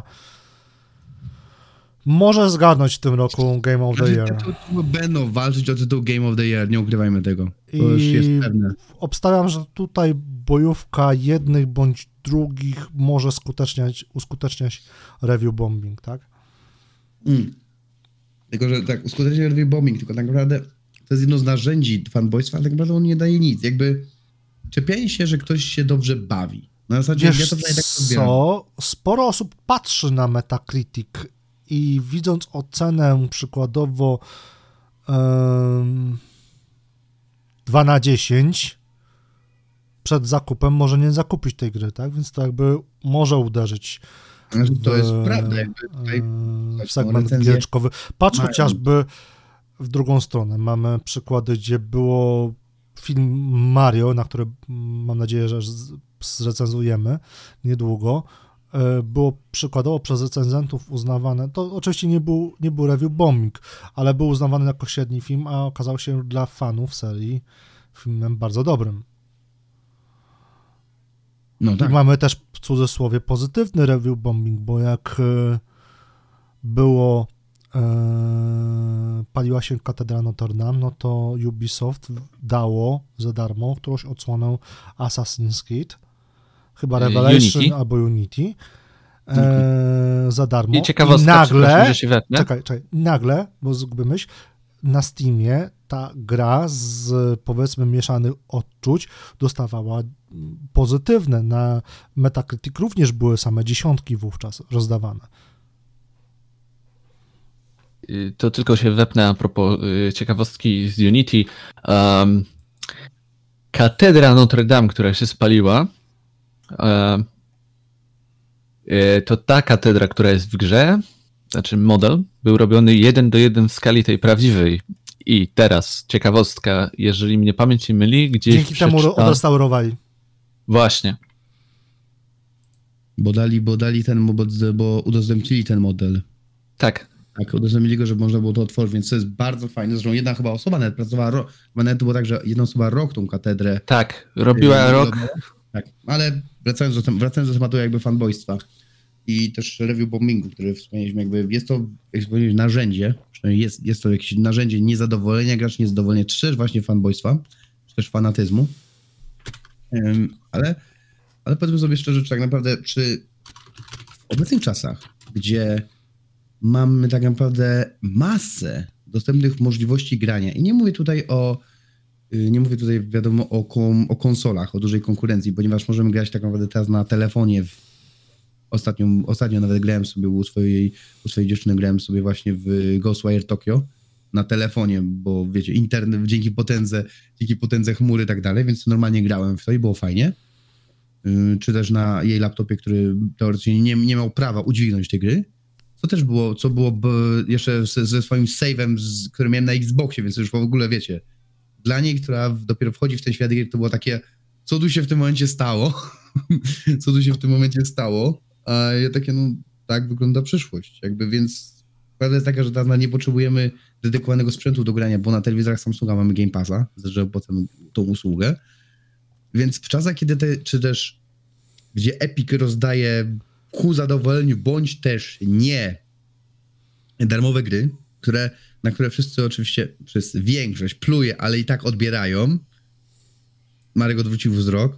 może zgarnąć w tym roku Game of the Year. To będą walczyć o tytuł Game of the Year, nie ukrywajmy tego. To już I jest pewne. obstawiam, że tutaj bojówka jednych bądź drugich może skuteczniać, uskuteczniać review bombing, tak? Mm. Tylko, że tak, uskutecznia review bombing, tylko tak naprawdę to jest jedno z narzędzi fanboystwa, ale tak naprawdę on nie daje nic. Jakby czepianie się, że ktoś się dobrze bawi. Na zasadzie Wiesz ja to tak odbieram. co? Sporo osób patrzy na Metacritic i widząc ocenę przykładowo um, dwa na dziesięć przed zakupem może nie zakupić tej gry, tak? Więc to jakby może uderzyć Znaczy, to w, jest prawda. Jakby tutaj w segment recenzje giereczkowy. Patrz mają. chociażby w drugą stronę. Mamy przykłady, gdzie było film Mario, na który mam nadzieję, że z- zrecenzujemy niedługo. E, Było przykładowo przez recenzentów uznawane, to oczywiście nie był, nie był review bombing, ale był uznawany jako średni film, a okazał się dla fanów serii filmem bardzo dobrym. No tak. I mamy też w cudzysłowie pozytywny review bombing, bo jak e, było e, paliła się katedra Notre Dame, no to Ubisoft dało za darmo którąś odsłonę Assassin's Creed, chyba E, Revelation Unity. albo Unity, e, za darmo. I ciekawostka, I przepraszam, nagle, że się wetnę. czekaj, czekaj, nagle, bo zgubię myśl, na Steamie ta gra z powiedzmy mieszanych odczuć dostawała mm, pozytywne. Na Metacritic również były same dziesiątki wówczas rozdawane. Y, To tylko się wepnę a propos y, ciekawostki z Unity. Um, katedra Notre Dame, która się spaliła, um, y, to ta katedra, która jest w grze, znaczy model, był robiony jeden do jeden w skali tej prawdziwej. I teraz ciekawostka, jeżeli mnie pamięć nie myli, gdzieś Dzięki temu przeczyta... odrestaurowali. Właśnie. Bo dali, bo dali ten, bo, bo udostępnili ten model. Tak. Tak, udostępnili go, żeby można było to otworzyć, więc to jest bardzo fajne. Zresztą jedna chyba osoba nawet pracowała rok, chyba nawet było tak, że jedna osoba rok tą katedrę Tak, robiła Yy, rok. Tak, ale wracając do, tem- wracając do tematu jakby fanboystwa i też review bombingu, który wspomnieliśmy, jakby jest to, jak wspomnieliśmy, narzędzie, przynajmniej jest, jest to jakieś narzędzie niezadowolenia graczy, niezadowolenia, czy też właśnie fanboystwa, czy też fanatyzmu. Ym, ale, ale powiedzmy sobie szczerze, czy tak naprawdę, czy w obecnych czasach, gdzie mamy tak naprawdę masę dostępnych możliwości grania i nie mówię tutaj o Nie mówię tutaj, wiadomo, o, kom, o konsolach, o dużej konkurencji, ponieważ możemy grać tak naprawdę teraz na telefonie. W ostatnio, ostatnio nawet grałem sobie u swojej, u swojej dziewczyny, grałem sobie właśnie w Ghostwire Tokyo na telefonie, bo wiecie, internet dzięki potędze, dzięki potędze chmury i tak dalej, więc normalnie grałem w to i było fajnie. Yy, czy też na jej laptopie, który teoretycznie nie, nie miał prawa udźwignąć tej gry. Co też było, co było b- jeszcze ze, ze swoim save'em, z, który miałem na Xboxie, więc już w ogóle wiecie, dla niej, która dopiero wchodzi w ten świat gier, to było takie, co tu się w tym momencie stało? co tu się w tym momencie stało? A ja takie, no tak wygląda przyszłość. Jakby, więc prawda jest taka, że teraz nie potrzebujemy dedykowanego sprzętu do grania, bo na telewizorach Samsunga mamy Game Passa, że potem tą usługę. Więc w czasach, kiedy te, czy też gdzie Epic rozdaje ku zadowoleniu, bądź też nie darmowe gry, które, na które wszyscy oczywiście, przez większość pluje, ale i tak odbierają. Marek odwrócił wzrok.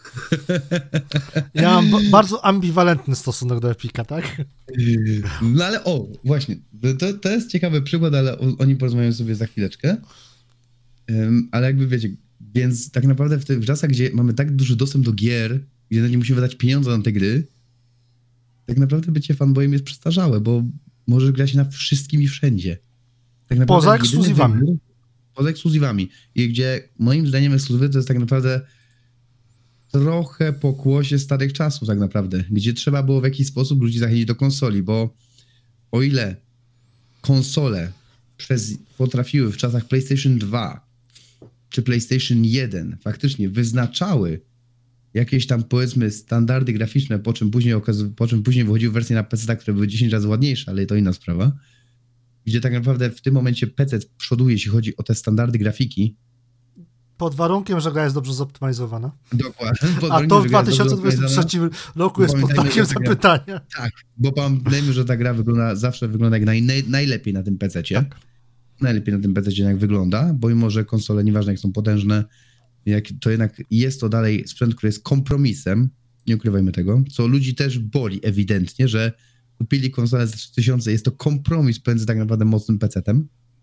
Ja mam b- bardzo ambiwalentny stosunek do Epica, tak? No ale o, właśnie, to, to jest ciekawy przykład, ale o, o nim porozmawiamy sobie za chwileczkę. Um, ale jakby wiecie, więc tak naprawdę w tych czasach, gdzie mamy tak duży dostęp do gier, gdzie nawet nie musimy wydać pieniądze na te gry, tak naprawdę bycie fanboyem jest przestarzałe, bo możesz grać na wszystkim i wszędzie. Tak naprawdę Poza jedyny ekskluzywami. wybór- Poza ekskluzywami. I gdzie moim zdaniem ekskluzywy to jest tak naprawdę trochę pokłosie starych czasów tak naprawdę, gdzie trzeba było w jakiś sposób ludzi zachęcić do konsoli, bo o ile konsole przez, potrafiły w czasach PlayStation dwa czy PlayStation jeden faktycznie wyznaczały jakieś tam, powiedzmy, standardy graficzne, po czym później, okaz- po czym później wychodziły wersje na P C, które były dziesięć razy ładniejsze, ale to inna sprawa, gdzie tak naprawdę w tym momencie P C przoduje, jeśli chodzi o te standardy grafiki. Pod warunkiem, że gra jest dobrze zoptymalizowana. Dokładnie. Pod A warunkiem, to w że gra dwa jest tysiące dobrze dwudziestym trzecim roku jest pod Pamiętajmy, takim że ta gra- zapytaniem. Tak, bo pamiętajmy, że ta gra wygląda, zawsze wygląda jak naj, naj, najlepiej na tym pececie. Tak. Najlepiej na tym pececie jak wygląda, bo mimo, że konsole, nieważne jak są potężne, jak, to jednak jest to dalej sprzęt, który jest kompromisem, nie ukrywajmy tego, co ludzi też boli ewidentnie, że kupili konsolę za trzy tysiące, jest to kompromis pomiędzy tak naprawdę mocnym pecetem,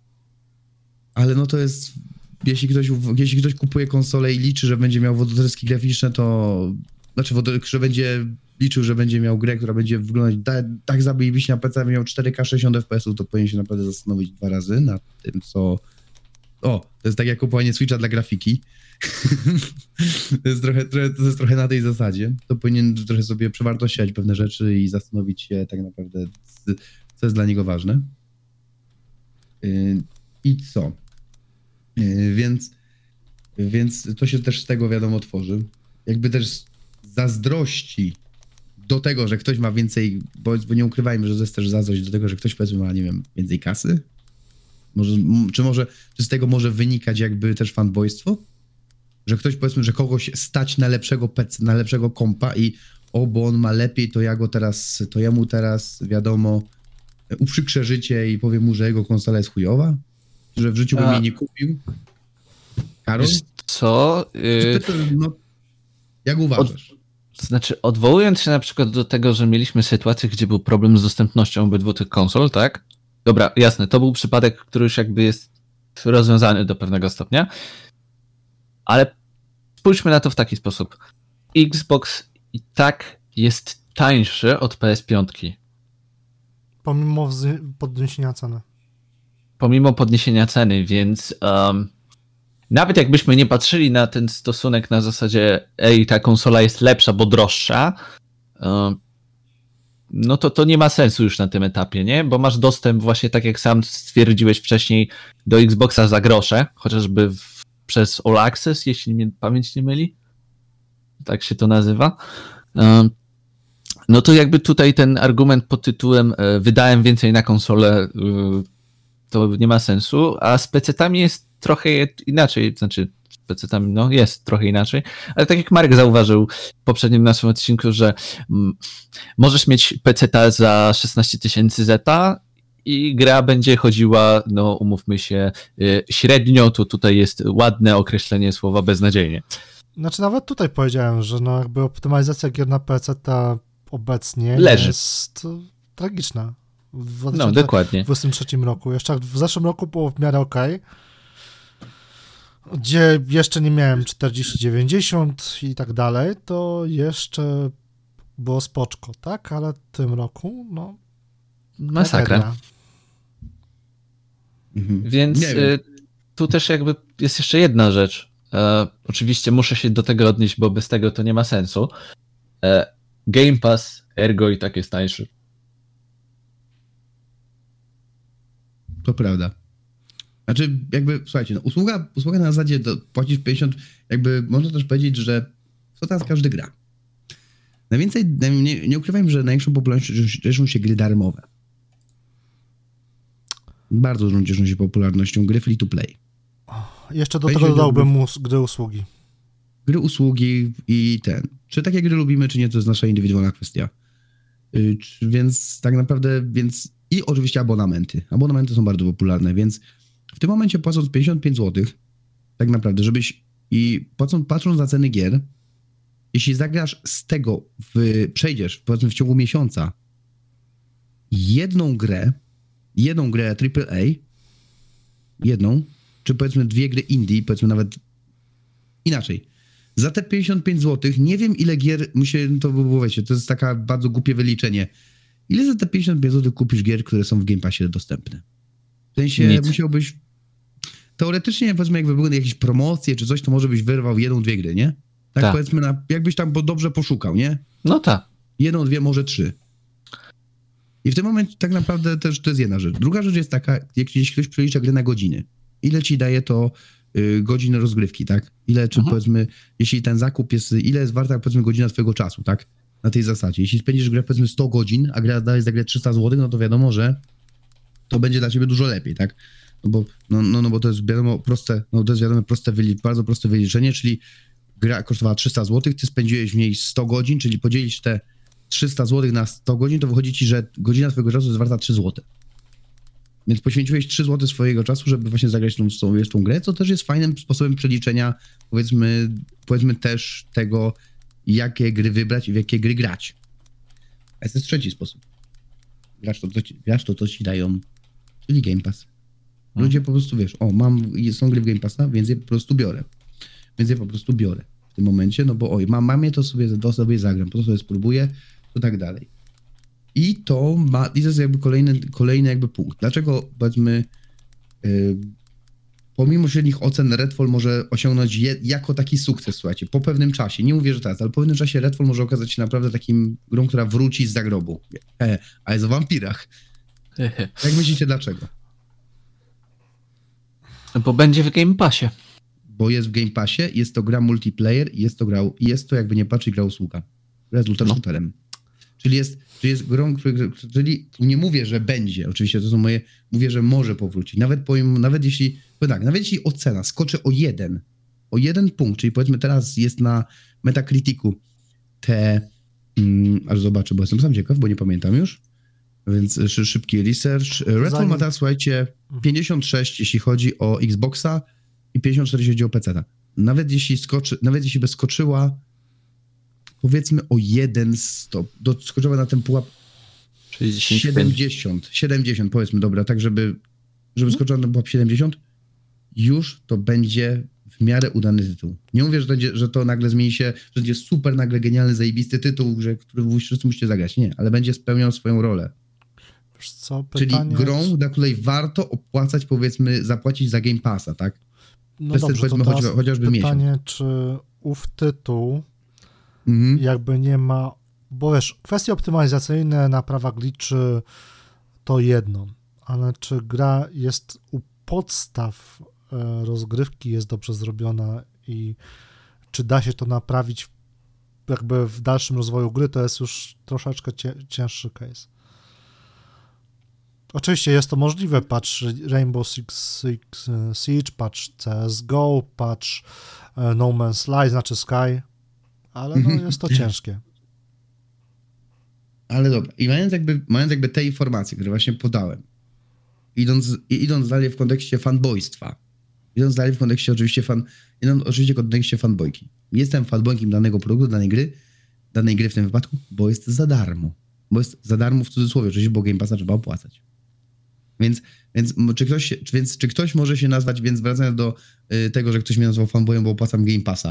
ale no to jest, jeśli ktoś, jeśli ktoś kupuje konsolę i liczy, że będzie miał wodotryski graficzne, to znaczy, że będzie liczył, że będzie miał grę, która będzie wyglądać da, tak zajebiście na P C, aby miał cztery K sześćdziesiąt F P S ów, to powinien się naprawdę zastanowić dwa razy nad tym, co... O, to jest tak jak kupowanie Switcha dla grafiki. to, jest trochę, trochę, to jest trochę na tej zasadzie. To powinien trochę sobie przewartościować pewne rzeczy i zastanowić się tak naprawdę, co jest dla niego ważne. Yy, I co? Yy, więc, więc to się też z tego, wiadomo, tworzy. Jakby też zazdrości do tego, że ktoś ma więcej, bo, bo nie ukrywajmy, że to jest też zazdrość do tego, że ktoś, powiedzmy, ma, nie wiem, więcej kasy. Może, czy może, czy z tego może wynikać jakby też fanboystwo? Że ktoś, powiedzmy, że kogoś stać na lepszego P C, na lepszego kompa i o, bo on ma lepiej, to ja go teraz, to ja mu teraz, wiadomo, uprzykrzę życie i powiem mu, że jego konsola jest chujowa? Że w życiu bym A... jej nie kupił? Karol? Wiesz co? Yy... To, no, jak uważasz? Od... Znaczy, odwołując się na przykład do tego, że mieliśmy sytuację, gdzie był problem z dostępnością obydwu tych konsol, tak? Dobra, jasne, to był przypadek, który już jakby jest rozwiązany do pewnego stopnia, ale spójrzmy na to w taki sposób. Xbox i tak jest tańszy od P S pięć. Pomimo wzy- podniesienia ceny. Pomimo podniesienia ceny, więc um, nawet jakbyśmy nie patrzyli na ten stosunek na zasadzie ej, ta konsola jest lepsza, bo droższa, um, no to to nie ma sensu już na tym etapie, nie? Bo masz dostęp właśnie, tak jak sam stwierdziłeś wcześniej, do Xboxa za grosze, chociażby w, przez All Access, jeśli mnie pamięć nie myli. Tak się to nazywa. Um, no to jakby tutaj ten argument pod tytułem e, wydałem więcej na konsolę, e, to nie ma sensu, a z pecetami jest trochę inaczej, znaczy z pecetami no jest trochę inaczej, ale tak jak Marek zauważył w poprzednim naszym odcinku, że m, możesz mieć peceta za szesnaście tysięcy zeta i gra będzie chodziła, no umówmy się, y, średnio, to tutaj jest ładne określenie słowa beznadziejnie. Znaczy nawet tutaj powiedziałem, że no jakby optymalizacja gier na P C ta obecnie Leży. jest tragiczna. W No, dokładnie. dwa tysiące dwudziestym trzecim roku. Jeszcze w zeszłym roku było w miarę okej, gdzie jeszcze nie miałem czterdzieści dziewięćdziesiąt i tak dalej, to jeszcze było spoczko, tak? Ale w tym roku, no... Masakra. tragedia. Mhm. Więc y, tu też jakby jest jeszcze jedna rzecz. E, oczywiście muszę się do tego odnieść, bo bez tego to nie ma sensu. E, Game Pass, ergo i tak jest tańszy. To prawda. Znaczy, jakby, słuchajcie, no, usługa, usługa na zasadzie do, płacisz pięćdziesiąt, jakby można też powiedzieć, że co teraz każdy gra. Najwięcej, nie, nie ukrywajmy, że największą popularnością cieszą się gry darmowe. Bardzo dużą cieszą się popularnością gry free to play. Jeszcze do Weź tego się dodałbym do- mus- gry usługi. Gry, usługi i ten. Czy takie gry lubimy, czy nie, to jest nasza indywidualna kwestia. Yy, czy- Więc tak naprawdę, więc i oczywiście abonamenty. Abonamenty są bardzo popularne, więc w tym momencie płacąc pięćdziesiąt pięć złotych, tak naprawdę, żebyś i płacąc, patrząc na ceny gier, jeśli zagrasz z tego, w, przejdziesz powiedzmy w ciągu miesiąca jedną grę, jedną grę triple A, jedną, czy powiedzmy dwie gry indie, powiedzmy nawet inaczej. Za te pięćdziesiąt pięć złotych, nie wiem ile gier, muszę, to by było, wiecie, to jest taka bardzo głupie wyliczenie. Ile za te pięćdziesiąt pięć złotych kupisz gier, które są w Game Passie dostępne? W sensie Nic. musiałbyś, teoretycznie powiedzmy jakby były jakieś promocje czy coś, to może byś wyrwał jedną, dwie gry, nie? Tak, Tak. powiedzmy, na, jakbyś tam bo dobrze poszukał, nie? No tak. Jedną, dwie, może trzy. I w tym momencie tak naprawdę też to jest jedna rzecz. Druga rzecz jest taka, jak gdzieś ktoś przelicza grę na godziny. Ile ci daje to y, godzin rozgrywki, tak? Ile, czy mhm. powiedzmy, jeśli ten zakup jest, ile jest warta, powiedzmy, godzina twojego czasu, tak? Na tej zasadzie. Jeśli spędzisz grę, powiedzmy, sto godzin, a gra daje za grę trzysta złotych, no to wiadomo, że to będzie dla ciebie dużo lepiej, tak? No bo, no, no, no bo to jest wiadomo proste, no to jest wiadomo proste, bardzo proste wyliczenie, czyli gra kosztowała trzysta złotych, ty spędziłeś w niej sto godzin, czyli podzielić te trzysta złotych na sto godzin, to wychodzi ci, że godzina twojego czasu jest warta trzy złote. Więc poświęciłeś trzy złote swojego czasu, żeby właśnie zagrać tą, tą, tą grę, co też jest fajnym sposobem przeliczenia, powiedzmy, powiedzmy też tego, jakie gry wybrać i w jakie gry grać. A jest też trzeci sposób. Grasz to, to ci, grasz to, co ci dają, czyli Game Pass. Ludzie po prostu, wiesz, o, mam, są gry w Game Passa, więc je po prostu biorę. Więc je po prostu biorę w tym momencie, no bo oj, mam, mam je, to sobie, to sobie zagram, po to sobie spróbuję, to tak dalej. I to ma, i to jest jakby kolejny, kolejny jakby punkt. Dlaczego, powiedzmy, yy, pomimo średnich ocen Redfall może osiągnąć je, jako taki sukces, słuchajcie, po pewnym czasie, nie mówię, że teraz, ale po pewnym czasie Redfall może okazać się naprawdę takim grą, która wróci z zagrobu. E, a jest o wampirach. Jak myślicie, dlaczego? Bo będzie w Game Passie. Bo jest w Game Passie, jest to gra multiplayer i jest to gra, jest to jakby nie patrzeć gra usługa. Gra z looter shooterem. No. Czyli jest, czyli jest grą, który, czyli nie mówię, że będzie, oczywiście to są moje, mówię, że może powrócić. Nawet powiem, nawet jeśli, powiem tak, nawet jeśli ocena skoczy o jeden, o jeden punkt, czyli powiedzmy teraz jest na Metacriticu te, mm, aż zobaczę, bo jestem sam ciekaw, bo nie pamiętam już, więc szybki research. Redfall ma teraz, słuchajcie, pięćdziesiąt sześć jeśli chodzi o Xboxa i pięćdziesiąt cztery jeśli chodzi o peceta. Nawet jeśli skoczy, nawet jeśli by skoczyła powiedzmy o jeden stop, doskoczyła na ten pułap siedemdziesiąt, siedemdziesiąt powiedzmy, dobra, tak żeby, żeby skoczyła na ten pułap siedemdziesiąt, już to będzie w miarę udany tytuł. Nie mówię, że to, będzie, że to nagle zmieni się, że będzie super nagle genialny, zajebisty tytuł, że, który wszyscy musicie zagrać. Nie, ale będzie spełniał swoją rolę. Wiesz co, czyli grą, jest... dla której warto opłacać, powiedzmy, zapłacić za Game Passa, tak? No Przez dobrze, ten, powiedzmy, to choć, chociażby pytanie, miesiąc. czy ów tytuł Mhm. jakby nie ma, bo wiesz, kwestie optymalizacyjne, naprawa glitchy to jedno, ale czy gra jest u podstaw e, rozgrywki jest dobrze zrobiona i czy da się to naprawić jakby w dalszym rozwoju gry, to jest już troszeczkę cie, cięższy case. Oczywiście jest to możliwe, patrz Rainbow Six, Six Siege, patrz C S G O, patrz No Man's Sky, znaczy Sky, ale no jest to ciężkie. Ale dobra, i mając jakby, mając jakby te informacje, które właśnie podałem, idąc, idąc dalej w kontekście fanboystwa, idąc dalej w kontekście oczywiście fan, idąc oczywiście w kontekście fanboyki. Jestem fanboykiem danego produktu, danej gry, danej gry w tym wypadku, bo jest za darmo. Bo jest za darmo w cudzysłowie, oczywiście, bo Game Passa trzeba opłacać. Więc, więc, czy ktoś, więc czy ktoś może się nazwać, więc wracając do y, tego, że ktoś mnie nazwał fanboyem, bo opłacam Game Passa.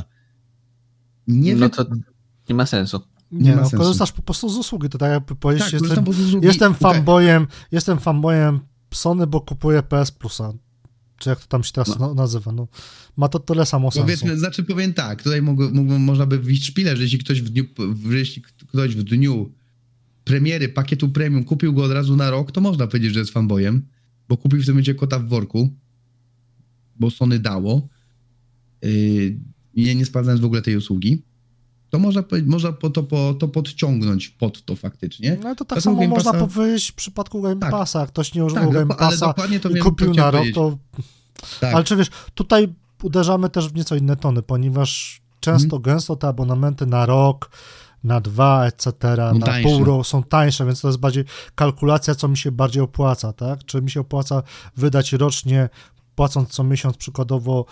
Nie no wy... to nie ma sensu. Nie, nie ma no, sensu. korzystasz po prostu z usługi, to tak jakby powiedzieć, tak, jestem, usługi. jestem fanboyem, okay. jestem fanboyem Sony, bo kupuję P S Plusa, czy jak to tam się teraz no. nazywa, no. Ma to tyle samo sensu. Powiedzmy, znaczy powiem tak, tutaj mógł, mógł, można by wbić szpilę, że jeśli ktoś w dniu, jeśli ktoś w dniu premiery pakietu premium kupił go od razu na rok, to można powiedzieć, że jest fanboyem, bo kupił w tym momencie kota w worku, bo Sony dało, yy, nie, nie sprawdzając w ogóle tej usługi, to można, można po to, po, to podciągnąć pod to faktycznie. No to tak samo Game można Passa... powiedzieć w przypadku Game tak. Passa, jak ktoś nie używał tak, Game Passa to i wiem, kupił to na rok, powiedzieć. to... Tak. Ale czy wiesz, tutaj uderzamy też w nieco inne tony, ponieważ często, hmm. gęsto te abonamenty na rok, na dwa, et cetera, no na tańsze. pół roku są tańsze, więc to jest bardziej kalkulacja, co mi się bardziej opłaca, tak? Czy mi się opłaca wydać rocznie, płacąc co miesiąc przykładowo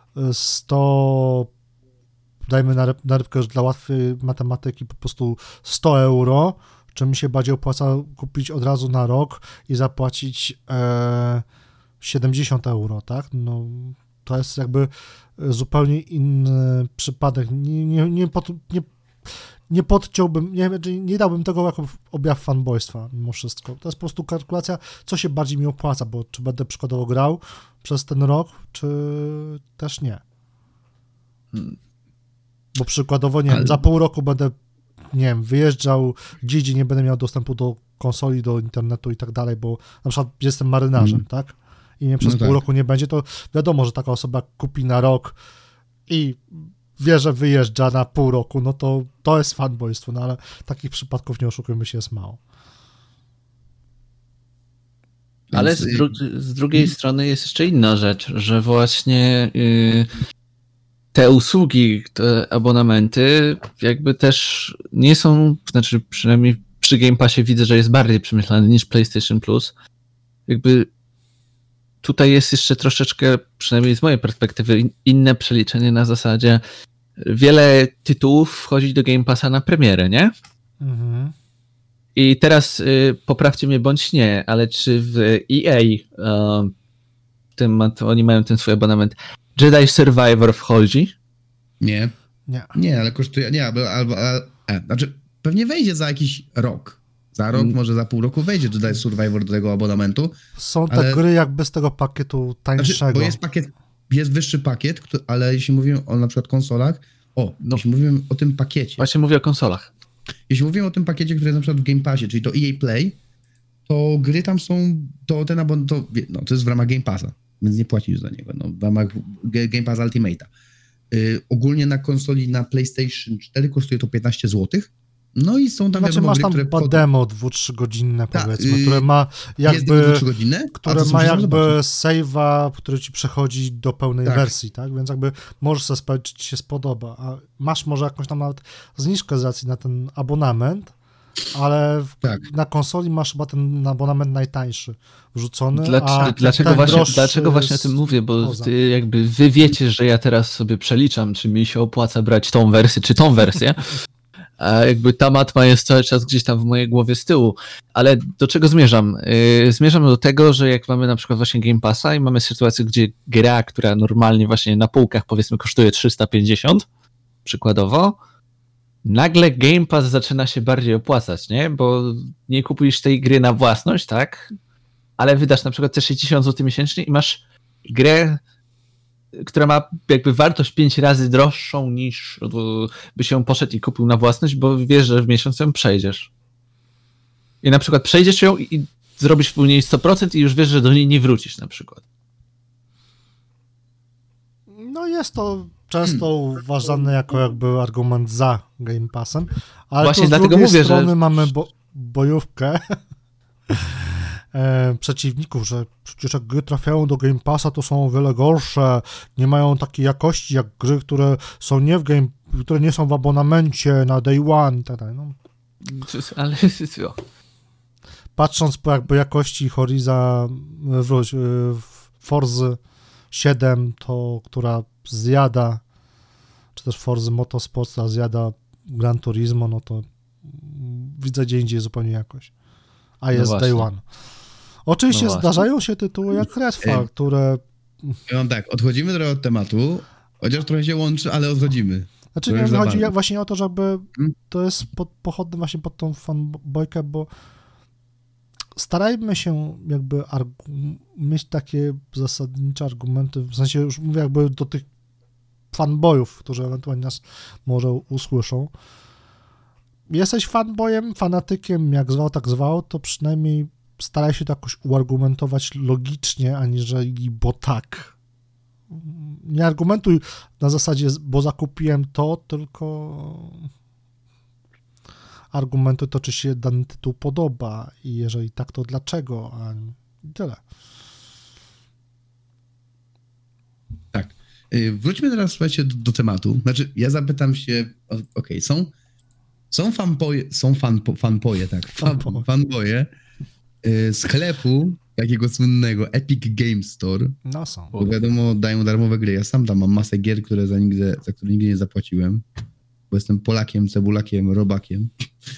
sto, dajmy na, ryb, na rybkę już dla łatwej matematyki po prostu sto euro, czy mi się bardziej opłaca kupić od razu na rok i zapłacić e, siedemdziesiąt euro, tak? No to jest jakby zupełnie inny przypadek. Nie, nie, nie, pod, nie Nie podciąłbym, nie, nie dałbym tego jako objaw fanboystwa mimo wszystko. To jest po prostu kalkulacja, co się bardziej mi opłaca, bo czy będę przykładowo grał przez ten rok, czy też nie. Bo przykładowo, nie Ale... wiem, za pół roku będę, nie wiem, wyjeżdżał gdzieś, gdzie nie będę miał dostępu do konsoli do internetu i tak dalej, bo na przykład jestem marynarzem, Mm. tak? I mnie przez No pół tak. roku nie będzie, to wiadomo, że taka osoba kupi na rok i wie, że wyjeżdża na pół roku, no to to jest fanboystwo, no ale takich przypadków, nie oszukujmy się, jest mało. Ale Więc, z, y, dru- z drugiej strony jest jeszcze inna rzecz, że właśnie y, te usługi, te abonamenty jakby też nie są, znaczy przynajmniej przy Game Passie widzę, że jest bardziej przemyślany niż PlayStation Plus. Jakby tutaj jest jeszcze troszeczkę, przynajmniej z mojej perspektywy, in- inne przeliczenie na zasadzie wiele tytułów wchodzi do Game Passa na premierę, nie? Mhm. I teraz y, poprawcie mnie bądź nie, ale czy w E A y, tym, ma- to oni mają ten swój abonament, Jedi Survivor wchodzi? Nie, Nie. nie, ale kosztuje, nie, albo, albo a, a, znaczy pewnie wejdzie za jakiś rok. Za rok, Mm. może za pół roku wejdzie Jedi Survivor do tego abonamentu. Są te Ale- gry jakby z tego pakietu Znaczy, tańszego. bo jest pakiet, jest wyższy pakiet, kto- ale jeśli mówimy o na przykład konsolach, o, No. jeśli mówimy o tym pakiecie, Właśnie mówię o konsolach. jeśli mówimy o tym pakiecie, który jest na przykład w Game Passie, czyli to E A Play, to gry tam są, to ten abon, to, wie- no, to jest w ramach Game Passa, więc nie płacisz za niego, no, w ramach G- Game Pass Ultimate'a. Y, ogólnie na konsoli na PlayStation cztery kosztuje to piętnaście złotych, no i są tam Znaczy wiadomo masz gry, tam które chyba wchodzą- demo dwu trzy godzinne Ta, powiedzmy, y, które ma jest demo jakby, trzygodzinne, a które to są ma przecież jakby zobaczyć. save'a, który ci przechodzi do pełnej Tak. wersji, tak? Więc jakby możesz sobie sprawdzić, czy ci się spodoba. A masz może jakąś tam nawet zniżkę z racji na ten abonament, ale w, Tak. na konsoli masz chyba ten abonament najtańszy wrzucony, Dla, a dlaczego, ten właśnie, droższy dlaczego właśnie o jest tym mówię? Bo poza. ty, jakby wy wiecie, że ja teraz sobie przeliczam, czy mi się opłaca brać tą wersję, czy tą wersję. A jakby ta matma jest cały czas gdzieś tam w mojej głowie z tyłu. Ale do czego zmierzam? Yy, zmierzam do tego, że jak mamy na przykład właśnie Game Passa i mamy sytuację, gdzie gra, która normalnie właśnie na półkach powiedzmy kosztuje trzysta pięćdziesiąt, przykładowo, nagle Game Pass zaczyna się bardziej opłacać, nie? Bo nie kupujesz tej gry na własność, tak? Ale wydasz na przykład te sześćdziesiąt złotych miesięcznie i masz grę, która ma jakby wartość pięć razy droższą niż e, by się poszedł i kupił na własność, bo wiesz, że w miesiącu ją przejdziesz. I na przykład przejdziesz ją i, i zrobisz w niej sto procent i już wiesz, że do niej nie wrócisz na przykład. No jest to często uważane jako jakby argument za Game Passem, ale Właśnie tu z dlatego drugiej mówię, że- strony mamy bo, bojówkę e, przeciwników, że przecież jak gry trafiają do Game Passa, to są o wiele gorsze, nie mają takiej jakości jak gry, które są nie w Game, które nie są w abonamencie na Day One i tak dalej. No, Ale patrząc po jakby jakości Horiza, wróć, y, Forzy siedem, to która zjada, czy też Forzy Motorsport, która zjada Gran Turismo, no to mm, widzę gdzie indziej zupełnie jakość. A jest właśnie. Day One. Oczywiście No właśnie. zdarzają się tytuły jak Redfall, Ej. które... Ja mam tak, odchodzimy trochę od tematu, chociaż trochę się łączy, ale odchodzimy. Znaczy To nie już za chodzi bardzo. jak- właśnie o to, żeby Hmm? to jest pod, pochodne właśnie pod tą fanbojkę, bo starajmy się jakby argu- mieć takie zasadnicze argumenty, w sensie już mówię jakby do tych fanboyów, którzy ewentualnie nas może usłyszą. Jesteś fanboyem, fanatykiem, jak zwał, tak zwał, to przynajmniej staraj się to jakoś uargumentować logicznie, aniżeli bo tak. Nie argumentuj na zasadzie, bo zakupiłem to, tylko argumentuj to, czy się dany tytuł podoba i jeżeli tak, to dlaczego, a tyle. Tak. Y, Wróćmy teraz, słuchajcie, do, do tematu. Znaczy, ja zapytam się, o- okej, są, są fanboje, są fanpo, fanboje, tak, fan, Fanboje. fanboje y, sklepu takiego słynnego Epic Game Store, No są. bo wiadomo, dają darmowe gry. Ja sam tam mam masę gier, które za, nigdy, za które nigdy nie zapłaciłem, bo jestem Polakiem, cebulakiem, robakiem.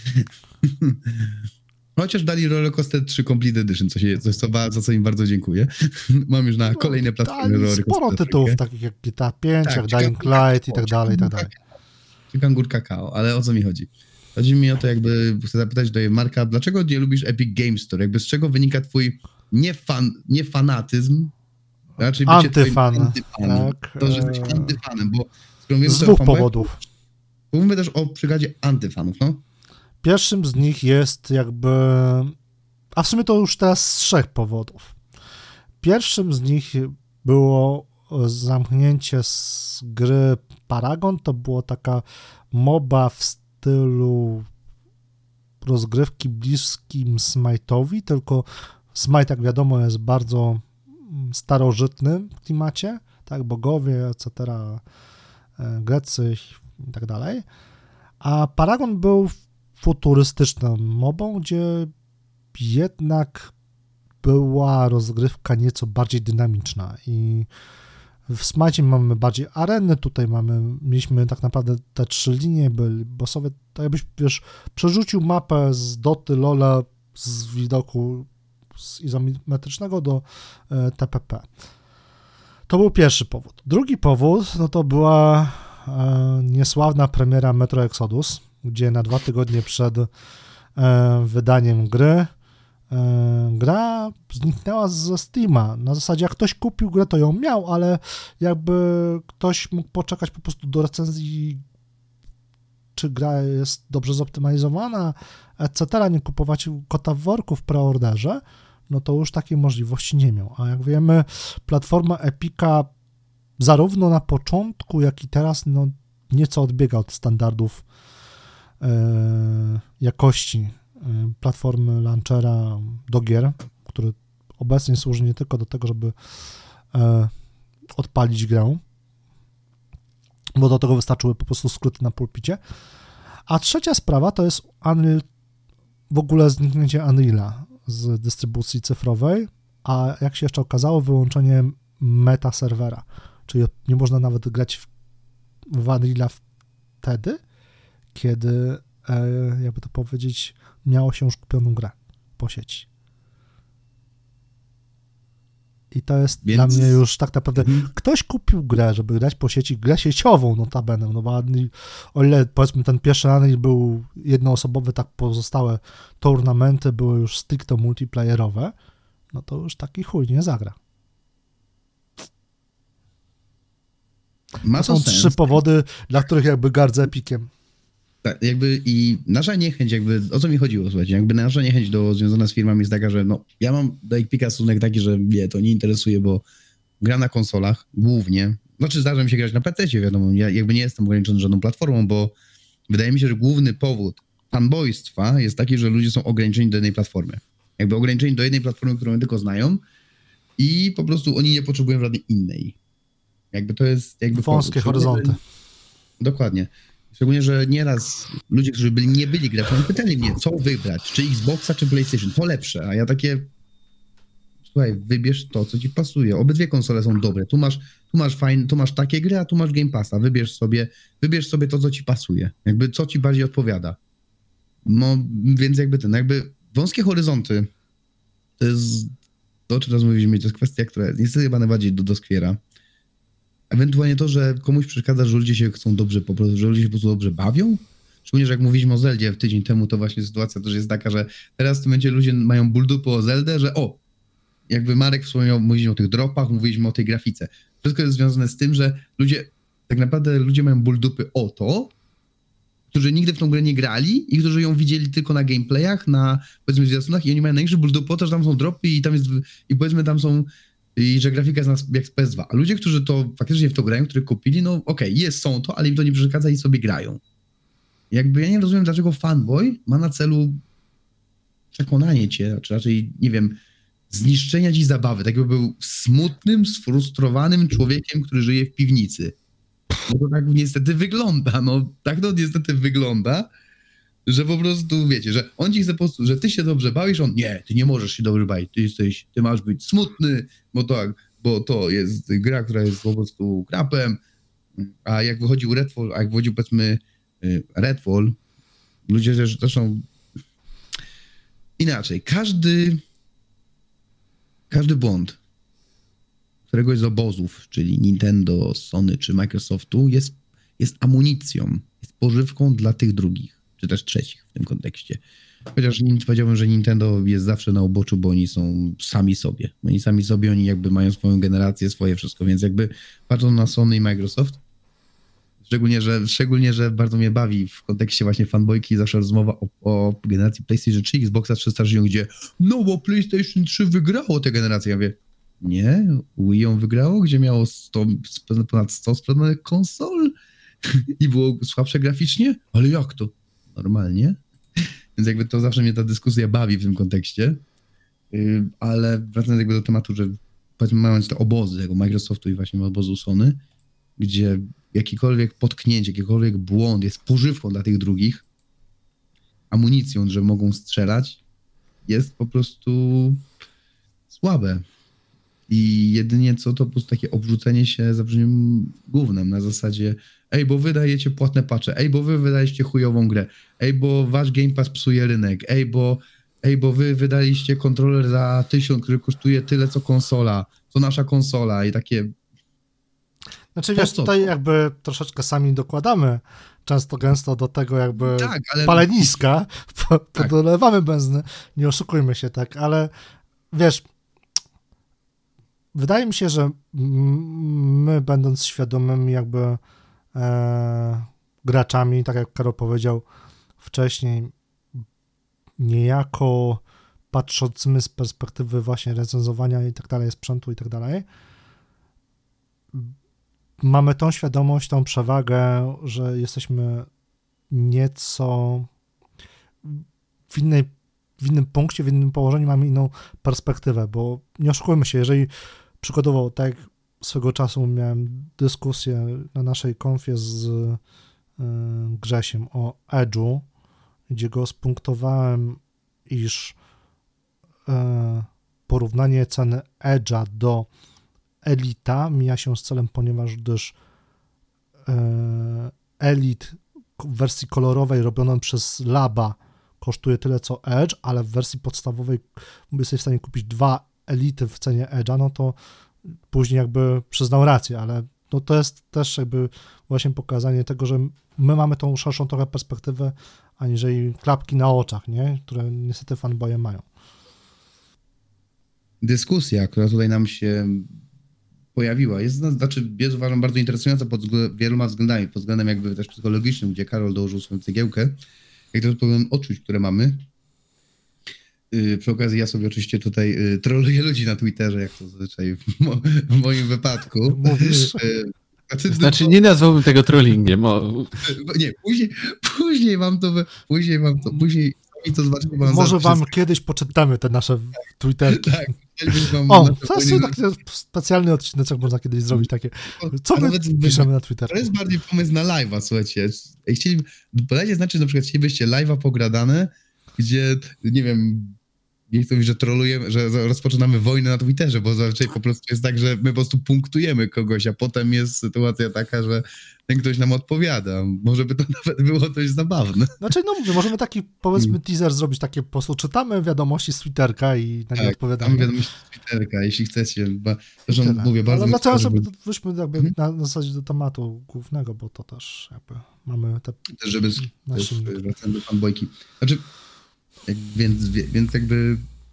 Chociaż dali Rollercoaster trzy Complete Edition, co się, coś, co, ba- za co im bardzo dziękuję. Mam już na kolejne platformy Ale Rollercoaster. sporo tytułów takich jak G T A pięć, Tak, jak czy Dying Kangur Light i tak dalej, i tak dalej. Czy Kangur Kakao, ale o co mi chodzi? Chodzi mi o to, jakby chcę zapytać do Marka, dlaczego nie lubisz Epic Games Store? Jakby z czego wynika twój nie, fan, nie fanatyzm, raczej bycie Antyfan, twoim antyfanem. tak, To, że jesteś eee, antyfanem, bo skoro mówimy Z sobie o dwóch fanboyach, powodów. to mówimy też o przykładzie antyfanów, no? Pierwszym z nich jest jakby, a w sumie to już teraz z trzech powodów. Pierwszym z nich było zamknięcie z gry Paragon, to było taka moba w stylu rozgrywki bliskim Smite'owi, tylko Smite, jak wiadomo, jest bardzo starożytnym w klimacie, tak, bogowie, et cetera, Grecy i tak dalej, a Paragon był futurystyczną mobą, gdzie jednak była rozgrywka nieco bardziej dynamiczna i w Smite mamy bardziej areny, tutaj mamy, mieliśmy tak naprawdę te trzy linie, byli bossowie, tak jakbyś, wiesz, przerzucił mapę z Doty, Lola z widoku z izometrycznego do e, T P P. To był pierwszy powód. Drugi powód, no to była e, niesławna premiera Metro Exodus, gdzie na dwa tygodnie przed e, wydaniem gry e, gra zniknęła ze Steama. Na zasadzie, jak ktoś kupił grę, to ją miał, ale jakby ktoś mógł poczekać po prostu do recenzji, czy gra jest dobrze zoptymalizowana, et cetera, nie kupować kota w worku w preorderze, no to już takiej możliwości nie miał. A jak wiemy, platforma Epica zarówno na początku, jak i teraz no, nieco odbiega od standardów e, jakości e, platformy launchera do gier, który obecnie służy nie tylko do tego, żeby e, odpalić grę, bo do tego wystarczyły po prostu skróty na pulpicie. A trzecia sprawa to jest Unreal, w ogóle zniknięcie Unreala z dystrybucji cyfrowej, a jak się jeszcze okazało, wyłączenie meta serwera, czyli nie można nawet grać w, w Unreala wtedy, kiedy, e, jakby to powiedzieć, miało się już kupioną grę po sieci. I to jest Więc... dla mnie już tak naprawdę, ktoś kupił grę, żeby grać po sieci, grę sieciową notabene, no bo o ile powiedzmy ten pierwszy Unreal był jednoosobowy, tak pozostałe turnamenty były już stricte multiplayerowe, no to już taki chuj nie zagra. Ma to to są sens. trzy powody, dla których jakby gardzę Epiciem. Tak, jakby i nasza niechęć, jakby o co mi chodziło, słuchajcie, jakby nasza niechęć do, związana z firmami jest taka, że no, ja mam do Epica stosunek taki, że mnie to nie interesuje, bo gram na konsolach głównie, znaczy zdarza mi się grać na P C-cie, wiadomo, ja jakby nie jestem ograniczony żadną platformą, bo wydaje mi się, że główny powód fanboystwa jest taki, że ludzie są ograniczeni do jednej platformy. Jakby ograniczeni do jednej platformy, którą tylko znają i po prostu oni nie potrzebują żadnej innej. Jakby to jest jakby... Wąskie powód. horyzonty. Dokładnie. Szczególnie, że nieraz ludzie, którzy byli, nie byli graczami, pytali mnie, co wybrać, czy Xboxa, czy PlayStation, to lepsze, a ja takie, słuchaj, wybierz to, co ci pasuje. Obydwie konsole są dobre, tu masz, tu masz fajne, tu masz takie gry, a tu masz Game Passa, wybierz sobie, wybierz sobie to, co ci pasuje, jakby co ci bardziej odpowiada. No, więc jakby ten, jakby wąskie horyzonty, to jest, to o czym teraz mówiliśmy, to jest kwestia, która niestety chyba najbardziej do, doskwiera. Ewentualnie to, że komuś przeszkadza, że ludzie się chcą dobrze, po prostu, że ludzie się po prostu dobrze bawią. Szczególnie, że jak mówiliśmy o Zeldzie tydzień temu, to właśnie sytuacja też jest taka, że teraz w tym momencie ludzie mają ból dupy o Zeldę, że o, jakby Marek wspomniał, mówiliśmy o tych dropach, mówiliśmy o tej grafice. Wszystko jest związane z tym, że ludzie, tak naprawdę ludzie mają ból dupy o to, którzy nigdy w tą grę nie grali i którzy ją widzieli tylko na gameplayach, na, powiedzmy, zwiastunach i oni mają największy ból dupy o to, że tam są dropy i tam jest, i powiedzmy tam są i że grafika jest jak z P S dwa. A ludzie, którzy to faktycznie w to grają, którzy kupili, no okej, okay, jest, są to, ale im to nie przeszkadza i sobie grają. Jakby ja nie rozumiem, dlaczego fanboy ma na celu przekonanie cię, czy raczej, nie wiem, zniszczenia ci zabawy. Tak jakby był smutnym, sfrustrowanym człowiekiem, który żyje w piwnicy. No to tak niestety wygląda, no tak to niestety wygląda, że po prostu, wiecie, że on ci chce po prostu, że ty się dobrze bawisz, on nie, ty nie możesz się dobrze bawić, ty jesteś, ty masz być smutny, bo tak, bo to jest gra, która jest po prostu krapem, a jak wychodził Redfall, a jak wychodził, powiedzmy, Redfall, ludzie też zresztą inaczej, każdy każdy błąd któregoś z obozów, czyli Nintendo, Sony czy Microsoftu jest, jest amunicją, jest pożywką dla tych drugich, czy też trzecich w tym kontekście. Chociaż powiedziałbym, że Nintendo jest zawsze na uboczu, bo oni są sami sobie. Oni sami sobie, oni jakby mają swoją generację, swoje wszystko, więc jakby patrząc na Sony i Microsoft, Szczególnie, że, szczególnie, że bardzo mnie bawi w kontekście właśnie fanboyki zawsze rozmowa o, o generacji PlayStation trzy, Xboxa trzysta sześćdziesiąt, gdzie no bo PlayStation trzy wygrało tę generację. Ja mówię, nie, Wii ją wygrało, gdzie miało sto, ponad sto sprzedanych konsol i było słabsze graficznie? Ale jak to? Normalnie. Więc jakby to zawsze mnie ta dyskusja bawi w tym kontekście. Yy, ale wracając jakby do tematu, że powiedzmy mając te obozy tego Microsoftu i właśnie obozu Sony, gdzie jakikolwiek potknięcie, jakikolwiek błąd jest pożywką dla tych drugich, amunicją, że mogą strzelać, jest po prostu słabe. I jedynie co to po prostu takie obrzucenie się zabrzmieniem gównem na zasadzie ej, bo wy dajecie płatne patche, ej, bo wy wydaliście chujową grę, ej, bo wasz Game Pass psuje rynek, ej, bo ej, bo wy wydaliście kontroler za tysiąc, który kosztuje tyle co konsola, co nasza konsola i takie... Znaczy wiesz, tutaj jakby troszeczkę sami dokładamy często gęsto do tego jakby tak, ale... paleniska, po, tak. podolewamy benzyny, nie oszukujmy się tak, ale wiesz, wydaje mi się, że my będąc świadomymi jakby e, graczami, tak jak Karol powiedział wcześniej, niejako patrzącymi z perspektywy właśnie recenzowania i tak dalej, sprzętu i tak dalej, mamy tą świadomość, tą przewagę, że jesteśmy nieco w, innej, w innym punkcie, w innym położeniu, mamy inną perspektywę, bo nie oszukujmy się, jeżeli przykładowo, tak jak swego czasu miałem dyskusję na naszej konfie z y, Grzesiem o Edge'u, gdzie go spunktowałem, iż y, porównanie ceny Edge'a do Elita mija się z celem, ponieważ gdyż e, Elit w wersji kolorowej robioną przez Laba kosztuje tyle co Edge, ale w wersji podstawowej jesteś w stanie kupić dwa Elity w cenie Edge'a, no to później jakby przyznał rację, ale no to jest też jakby właśnie pokazanie tego, że my mamy tą szerszą trochę perspektywę, aniżeli klapki na oczach, nie? Które niestety fanboye mają. Dyskusja, która tutaj nam się pojawiła, jest, znaczy jest uważam bardzo interesująca pod wieloma względami, pod względem jakby też psychologicznym, gdzie Karol dołożył swoją cegiełkę, jak też pod względem odczuć, które mamy. Yy, przy okazji ja sobie oczywiście tutaj yy, trolluję ludzi na Twitterze, jak to zazwyczaj w, mo w moim wypadku. Mówisz? Yy, znaczy, znaczy nie nazwałbym tego trollingiem. O... Nie, później, później mam to, później mam to, później i to zobaczymy. Może wam przez... kiedyś poczytamy te nasze Twitterki. Tak. Wam o, to jest taki specjalny odcinek, można kiedyś zrobić takie, co my nawet piszemy na Twitterze. To jest bardziej pomysł na live'a, słuchajcie. Chcieli, podajcie znaczy, na przykład chcielibyście live'a pogradane, gdzie, nie wiem, nie chcę mówić, że trolujemy, że rozpoczynamy wojnę na Twitterze, bo zazwyczaj po prostu jest tak, że my po prostu punktujemy kogoś, a potem jest sytuacja taka, że ten ktoś nam odpowiada. Może by to nawet było dość zabawne. Znaczy, no mówię, możemy taki, powiedzmy, teaser zrobić, takie po prostu czytamy wiadomości z Twitterka i na nie tak, odpowiadamy. Tak, wiadomości z Twitterka, jeśli chcecie. Bo, zresztą tyle. mówię bardzo... Ale dlaczego sobie żeby... wyszmy jakby hmm? na, na zasadzie do tematu głównego, bo to też jakby mamy te... Też, żeby też wracamy do fanboyki. Znaczy, jak, więc, więc jakby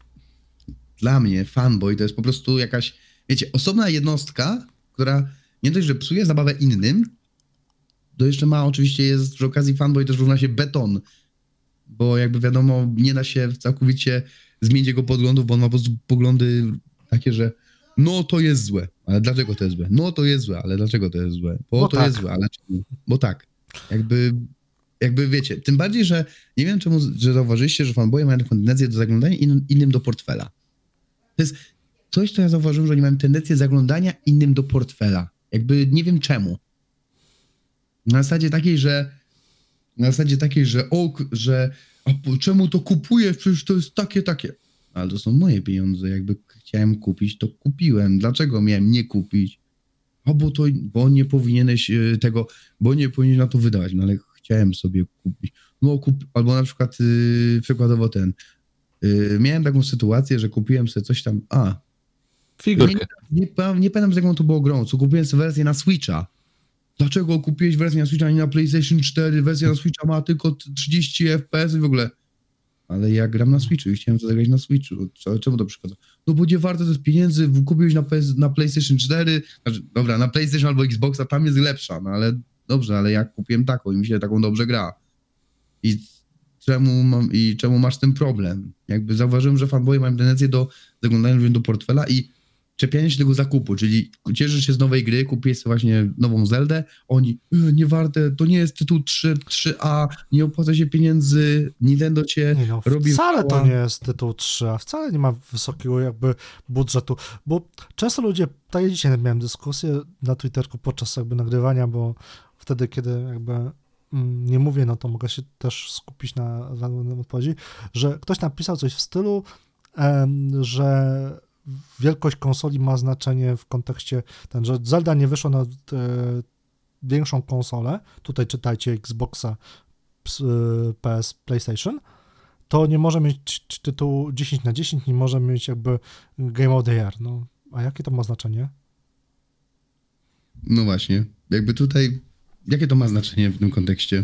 dla mnie fanboy to jest po prostu jakaś, wiecie, osobna jednostka, która nie dość, że psuje zabawę innym, to jeszcze ma, oczywiście jest przy okazji fanboy też równa się beton, bo jakby wiadomo, nie da się całkowicie zmienić jego poglądów, bo on ma po prostu poglądy takie, że no to jest złe, ale dlaczego to jest złe? No to jest złe, ale dlaczego to jest złe? Bo, bo to tak. jest złe, ale czemu? Bo tak. Jakby, jakby wiecie, tym bardziej, że nie wiem czemu, że zauważyliście, że fanboye mają tendencję do zaglądania in, innym do portfela. To jest coś, co ja zauważyłem, że oni mają tendencję zaglądania innym do portfela. Jakby nie wiem czemu. Na zasadzie takiej, że na zasadzie takiej, że ok, że a po, czemu to kupujesz? Przecież to jest takie, takie. Ale to są moje pieniądze. Jakby chciałem kupić, to kupiłem. Dlaczego miałem nie kupić? A bo to, bo nie powinieneś tego, bo nie powinieneś na to wydawać. No ale chciałem sobie kupić. No kup, albo na przykład yy, przykładowo ten. Yy, miałem taką sytuację, że kupiłem sobie coś tam, a. Figurkę. Nie, nie, nie, nie pamiętam z jaką to było grą, co kupiłem sobie wersję na Switcha. Dlaczego kupiłeś wersję na Switcha, a nie na PlayStation cztery? Wersja na Switcha ma tylko trzydzieści F P S i w ogóle. Ale ja gram na Switchu i chciałem to zagrać na Switchu. Czemu to przeszkadza? No bo nie warto to jest pieniędzy, kupiłeś na, P S, na PlayStation cztery, znaczy, dobra, na PlayStation albo Xboxa, tam jest lepsza, no ale dobrze, ale ja kupiłem taką i mi się taką dobrze gra. I czemu, mam, i czemu masz ten problem? Jakby zauważyłem, że fanboye mają tendencję do zaglądania do portfela i czepiania się tego zakupu, czyli cieszysz się z nowej gry, kupiłeś sobie właśnie nową Zeldę, oni, e, nie warte, to nie jest tytuł trzy A, nie opłaca się pieniędzy, Nintendo cię Nie no, robi... wcale wała. to nie jest tytuł trzy A, wcale nie ma wysokiego jakby budżetu, bo często ludzie, tak jak dzisiaj miałem dyskusję na Twitterku podczas jakby nagrywania, bo wtedy, kiedy jakby mm, nie mówię, no to mogę się też skupić na żadnej odpowiedzi, że ktoś napisał coś w stylu, em, że wielkość konsoli ma znaczenie w kontekście ten, że Zelda nie wyszła na e, większą konsolę, tutaj czytajcie Xboxa, P S, PlayStation, to nie może mieć tytułu dziesięć na dziesięć, nie może mieć jakby Game of the Year. No, a jakie to ma znaczenie? No właśnie, jakby tutaj, jakie to ma znaczenie w tym kontekście?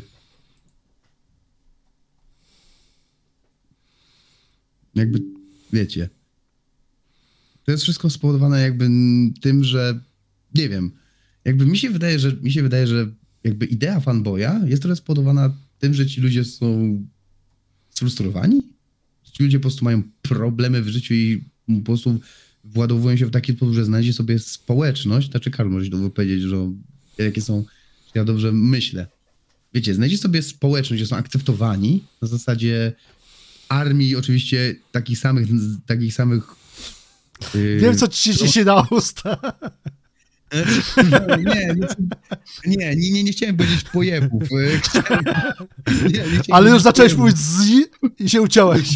Jakby, wiecie, to jest wszystko spowodowane jakby tym, że, nie wiem, jakby mi się wydaje, że mi się wydaje, że jakby idea fanboya jest trochę spowodowana tym, że ci ludzie są sfrustrowani. Ci ludzie po prostu mają problemy w życiu i po prostu władowują się w taki sposób, że znajdzie sobie społeczność, znaczy każdy może się to powiedzieć, że jakie są, że ja dobrze myślę. Wiecie, znajdzie sobie społeczność, że są akceptowani na zasadzie armii oczywiście takich samych, takich samych Yy, Wiem, co ci się dzisiaj na usta. No, nie, nie, nie, nie, nie chciałem powiedzieć pojebów. Chciałem, nie, nie Ale już zacząłeś mówić z i się uciąłeś.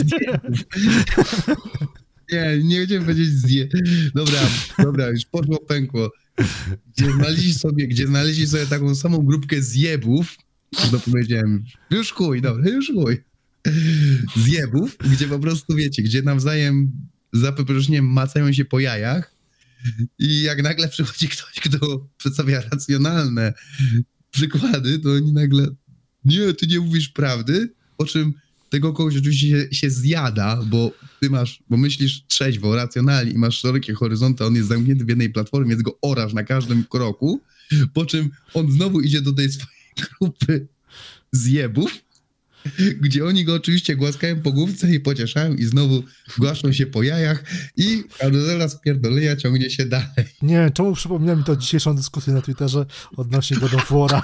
Nie, nie chciałem powiedzieć z Dobra, dobra, już poszło pękło. Gdzie znaleźli sobie, gdzie znaleźli sobie taką samą grupkę zjebów, to powiedziałem, już chuj, dobra, już chuj. Zjebów, gdzie po prostu wiecie, gdzie nawzajem za przeproszeniem macają się po jajach i jak nagle przychodzi ktoś, kto przedstawia racjonalne przykłady, to oni nagle, nie, ty nie mówisz prawdy, po czym tego kogoś oczywiście się, się zjada, bo ty masz, bo myślisz trzeźwo, racjonalnie i masz szerokie horyzonty, on jest zamknięty w jednej platformie, więc go orasz na każdym kroku, po czym on znowu idzie do tej swojej grupy zjebów, gdzie oni go oczywiście głaskają po główce i pocieszają i znowu głaszczą się po jajach i karuzela spierdolenia ciągnie się dalej. Nie, czemu przypomniałem mi to dzisiejszą dyskusję na Twitterze odnośnie God of War'a.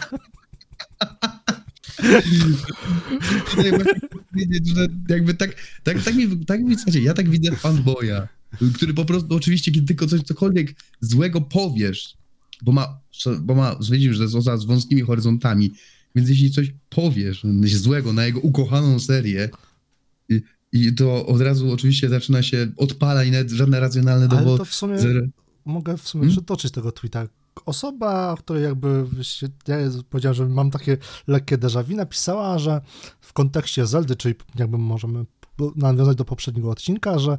Tutaj właśnie chcę powiedzieć, że jakby tak, tak, tak mi, tak mi w sensie, ja tak widzę fanboya, który po prostu oczywiście, kiedy tylko coś, cokolwiek złego powiesz, bo ma, bo ma, widzimy, że to jest osoba z wąskimi horyzontami, więc jeśli coś powiesz złego na jego ukochaną serię, i, i to od razu oczywiście zaczyna się odpala i nawet żadne racjonalne dowody. Ale to w sumie, Zer... mogę w sumie hmm? przytoczyć tego tweeta. Osoba, której jakby, ja powiedziałem, że mam takie lekkie déjà vu, napisała, że w kontekście Zeldy, czyli jakby możemy nawiązać do poprzedniego odcinka, że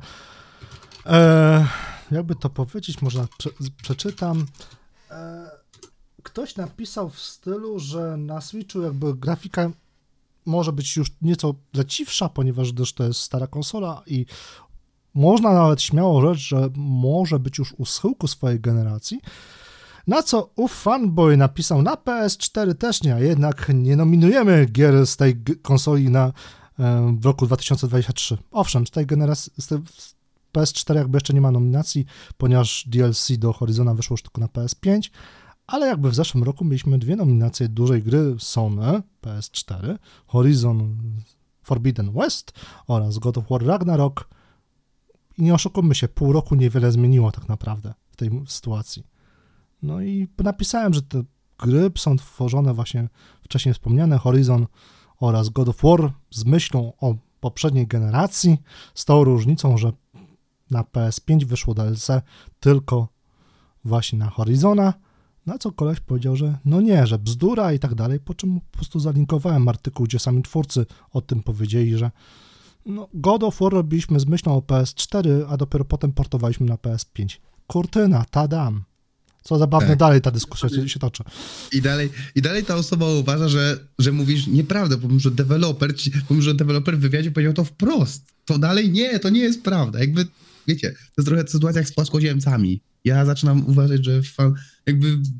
e, jakby to powiedzieć, można prze, przeczytam. E, ktoś napisał w stylu, że na Switchu jakby grafika może być już nieco leciwsza, ponieważ też to jest stara konsola i można nawet śmiało rzec, że może być już u schyłku swojej generacji. Na co ów fanboy napisał, na P S cztery też nie, a jednak nie nominujemy gier z tej konsoli na, e, w roku dwa tysiące dwudziestym trzecim. Owszem, z tej generacji, z tej P S cztery jakby jeszcze nie ma nominacji, ponieważ D L C do Horizona wyszło już tylko na P S pięć, ale jakby w zeszłym roku mieliśmy dwie nominacje dużej gry Sony, P S cztery, Horizon Forbidden West oraz God of War Ragnarok. I nie oszukujmy się, pół roku niewiele zmieniło tak naprawdę w tej sytuacji. No i napisałem, że te gry są tworzone właśnie wcześniej wspomniane, Horizon oraz God of War z myślą o poprzedniej generacji, z tą różnicą, że na P S pięć wyszło D L C tylko właśnie na Horizona, na co koleś powiedział, że no nie, że bzdura i tak dalej, po czym po prostu zalinkowałem artykuł, gdzie sami twórcy o tym powiedzieli, że no, God of War robiliśmy z myślą o P S cztery, a dopiero potem portowaliśmy na P S pięć. Kurtyna, tadam. Co zabawne, tak. Dalej ta dyskusja się, się toczy. I dalej, I dalej ta osoba uważa, że, że mówisz nieprawdę, pomimo że deweloper, pomimo że deweloper w wywiadzie powiedział to wprost. To dalej nie, to nie jest prawda. Jakby, wiecie, to jest trochę sytuacja jak z płaskoziemcami. Ja zaczynam uważać, że fan, jakby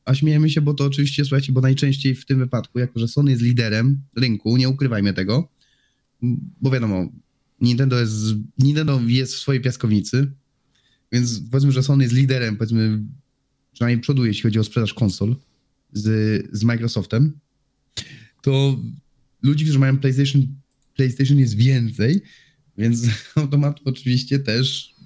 a śmiejemy się, bo to oczywiście, słuchajcie, bo najczęściej w tym wypadku, jako że Sony jest liderem rynku, nie ukrywajmy tego, bo wiadomo, Nintendo jest, Nintendo jest w swojej piaskownicy, więc powiedzmy, że Sony jest liderem, powiedzmy, przynajmniej przodu, jeśli chodzi o sprzedaż konsol z, z Microsoftem, to ludzi, którzy mają PlayStation, PlayStation jest więcej, więc automatycznie oczywiście też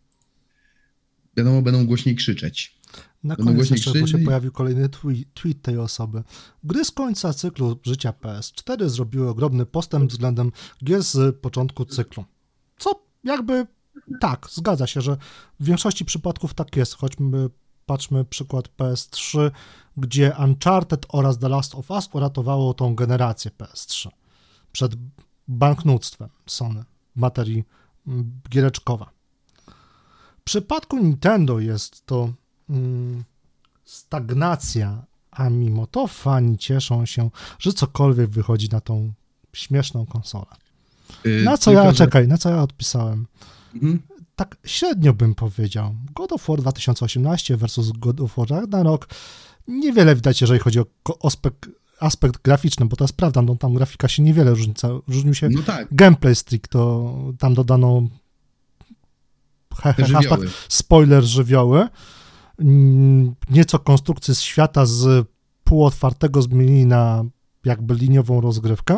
wiadomo, będą głośniej krzyczeć. Na Będą koniec głośniej jeszcze, bo się krzyczeć. pojawił kolejny tweet, tweet tej osoby. Gry z końca cyklu życia P S cztery zrobiły ogromny postęp względem gier z początku cyklu. Co jakby tak, zgadza się, że w większości przypadków tak jest, choćby patrzmy przykład P S trzy, gdzie Uncharted oraz The Last of Us uratowało tą generację P S trzy przed bankructwem Sony w materii giereczkowa. W przypadku Nintendo jest to mm, stagnacja, a mimo to fani cieszą się, że cokolwiek wychodzi na tą śmieszną konsolę. Yy, Na co tylko, ja, że- czekaj, na co ja odpisałem? Mhm. Tak średnio bym powiedział. God of War dwa tysiące osiemnaście versus God of War Ragnarok. Niewiele widać, jeżeli chodzi o ko- aspekt, aspekt graficzny, bo to jest prawda, no tam grafika się niewiele różnica, różnił się No tak, gameplay stricto, tam dodano he, te he, hashtag żywioły. spoiler żywioły, Mm, nieco konstrukcję z świata z półotwartego zmienili na jakby liniową rozgrywkę,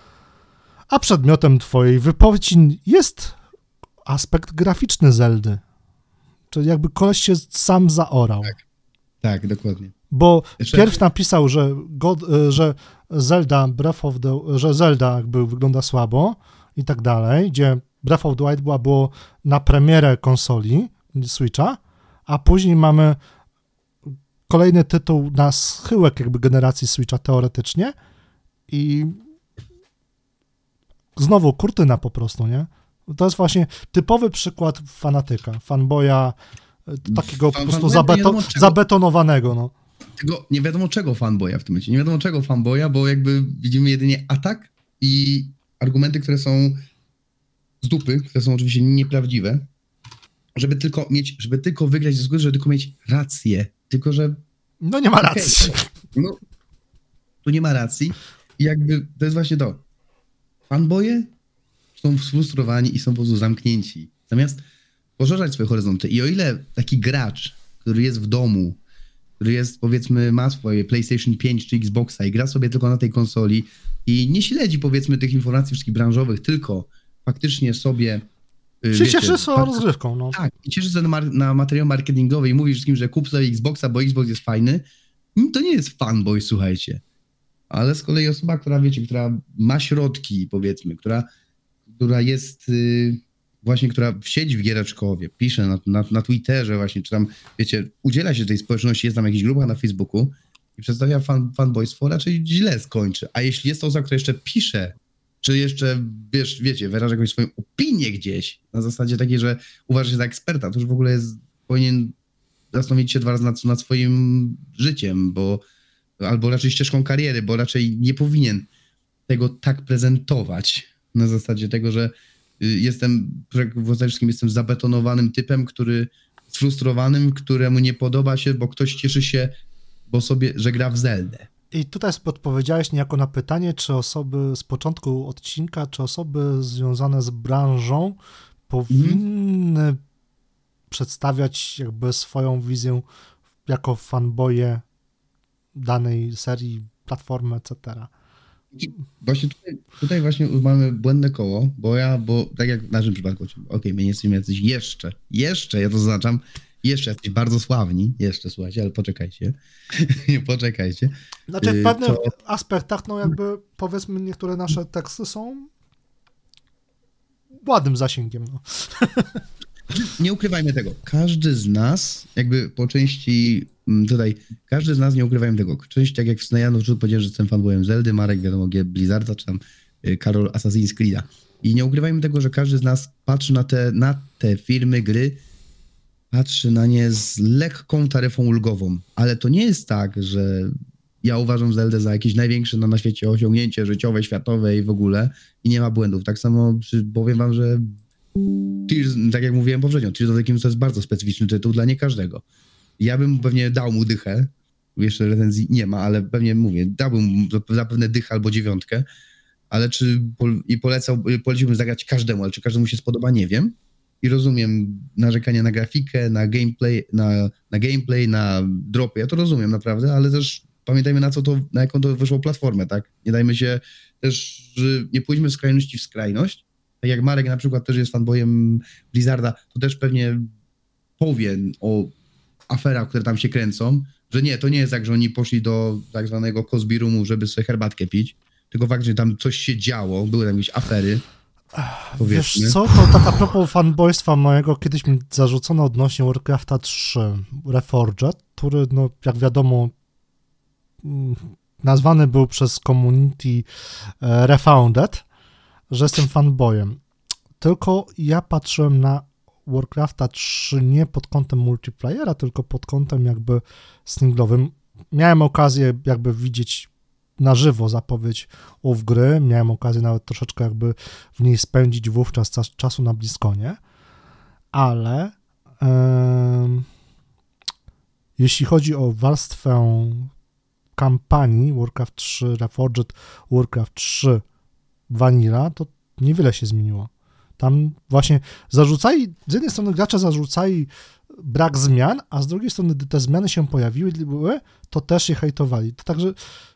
a przedmiotem twojej wypowiedzi jest aspekt graficzny Zeldy. Czyli jakby koleś się sam zaorał. Tak, dokładnie. Bo Jeszcze- pierw napisał, że, God, że Zelda Breath of the, że Zelda jakby wygląda słabo i tak dalej, gdzie Breath of the Wild była było na premierę konsoli Switcha, a później mamy kolejny tytuł na schyłek jakby generacji Switcha teoretycznie i znowu kurtyna po prostu, nie? To jest właśnie typowy przykład fanatyka, fanboya, y, takiego po Fan- prostu fanboya nie zabeto- wiadomo czego. zabetonowanego, no. Tego nie wiadomo czego fanboya w tym momencie. Nie wiadomo czego fanboya, bo jakby widzimy jedynie atak i argumenty, które są z dupy, które są oczywiście nieprawdziwe, żeby tylko mieć, żeby tylko wygrać dyskusję, żeby tylko mieć rację. Tylko, że No nie ma Okej. racji. no, tu nie ma racji i jakby to jest właśnie to. Fanboye są sfrustrowani i są po prostu zamknięci. Zamiast poszerzać swoje horyzonty i o ile taki gracz, który jest w domu, który jest, powiedzmy, ma swoje PlayStation pięć czy Xboxa i gra sobie tylko na tej konsoli i nie śledzi, powiedzmy, tych informacji wszystkich branżowych, tylko faktycznie sobie y, Się wiecie, cieszy swoją tak- rozgrywką, no. tak, i cieszy się na, mar- na materiał marketingowy i mówi wszystkim, że kup sobie Xboxa, bo Xbox jest fajny. Mm, To nie jest fanboy, słuchajcie. Ale z kolei osoba, która, wiecie, która ma środki, powiedzmy, która, która jest y, właśnie, która siedzi w giereczkowie, pisze na, na, na Twitterze właśnie, czy tam, wiecie, udziela się tej społeczności, jest tam jakaś grupa na Facebooku i przedstawia fan, fanboystwo, raczej źle skończy. A jeśli jest to osoba, która jeszcze pisze, czy jeszcze, wiesz, wiecie, wyraża jakąś swoją opinię gdzieś, na zasadzie takiej, że uważa się za eksperta, to już w ogóle jest, powinien zastanowić się dwa razy nad, nad swoim życiem, bo albo raczej ścieżką kariery, bo raczej nie powinien tego tak prezentować, na zasadzie tego, że y, jestem, w zasadzie wszystkim jestem zabetonowanym typem, który sfrustrowanym, któremu nie podoba się, bo ktoś cieszy się, bo sobie, że gra w Zeldę. I tutaj odpowiedziałeś niejako na pytanie, czy osoby z początku odcinka, czy osoby związane z branżą powinny przedstawiać jakby swoją wizję jako fanboye danej serii, platformy, et cetera. Właśnie tutaj, tutaj właśnie mamy błędne koło, bo ja, bo tak jak w naszym przypadku, okej, okay, my nie jesteśmy jacyś jeszcze, jeszcze, ja to zaznaczam, jeszcze jesteś bardzo sławni, jeszcze, słuchajcie, ale poczekajcie, poczekajcie. Znaczy w Y, pewnych to- aspektach, no jakby powiedzmy niektóre nasze teksty są ładnym zasięgiem, no. Nie ukrywajmy tego, każdy z nas, jakby po części mm, tutaj, każdy z nas, nie ukrywajmy tego, część, tak jak ja na początku powiedziałem, że jestem fanboyem Zeldy, Marek, wiadomo, G Blizzarda, czy tam y, Karol Assassin's Creed'a. I nie ukrywajmy tego, że każdy z nas patrzy na te, na te firmy, gry, patrzy na nie z lekką taryfą ulgową, ale to nie jest tak, że ja uważam Zeldę za jakieś największe na, na świecie osiągnięcie życiowe, światowe i w ogóle i nie ma błędów. Tak samo przy, powiem wam, że Tears, tak jak mówiłem poprzednio, Tears of the Kingdom to jest bardzo specyficzny tytuł dla nie każdego. Ja bym pewnie dał mu dychę, jeszcze recenzji nie ma, ale pewnie mówię, dałbym zapewne dych albo dziewiątkę, ale czy pol- i polecał, poleciłbym zagrać każdemu, ale czy każdemu się spodoba, nie wiem. I rozumiem narzekania na grafikę, na gameplay, na, na gameplay, na dropy, ja to rozumiem naprawdę, ale też pamiętajmy na co to, na jaką to wyszło platformę, tak? Nie dajmy się też, że nie pójdźmy z skrajności w skrajność. Tak jak Marek na przykład też jest fanboyem Blizzarda, to też pewnie powie o aferach, które tam się kręcą, że nie, to nie jest tak, że oni poszli do tak zwanego Cosby Roomu, żeby sobie herbatkę pić, tylko fakt, że tam coś się działo, były tam jakieś afery. Wiesz co, to tak a propos fanboystwa mojego, kiedyś mi zarzucono odnośnie Warcrafta trzy Reforged, który, no jak wiadomo, nazwany był przez community e, Refounded, że jestem fanboyem. Tylko ja patrzyłem na Warcrafta trzy nie pod kątem multiplayera, tylko pod kątem jakby singlowym. Miałem okazję jakby widzieć na żywo zapowiedź ów gry, miałem okazję nawet troszeczkę jakby w niej spędzić wówczas czas, czasu na BlizzConie, ale yy, jeśli chodzi o warstwę kampanii Warcraft trzy Reforged, Warcraft trzy Vanilla, to niewiele się zmieniło. Tam właśnie zarzucali, z jednej strony gracze zarzucali brak zmian, a z drugiej strony, gdy te zmiany się pojawiły, były, to też je hejtowali. To także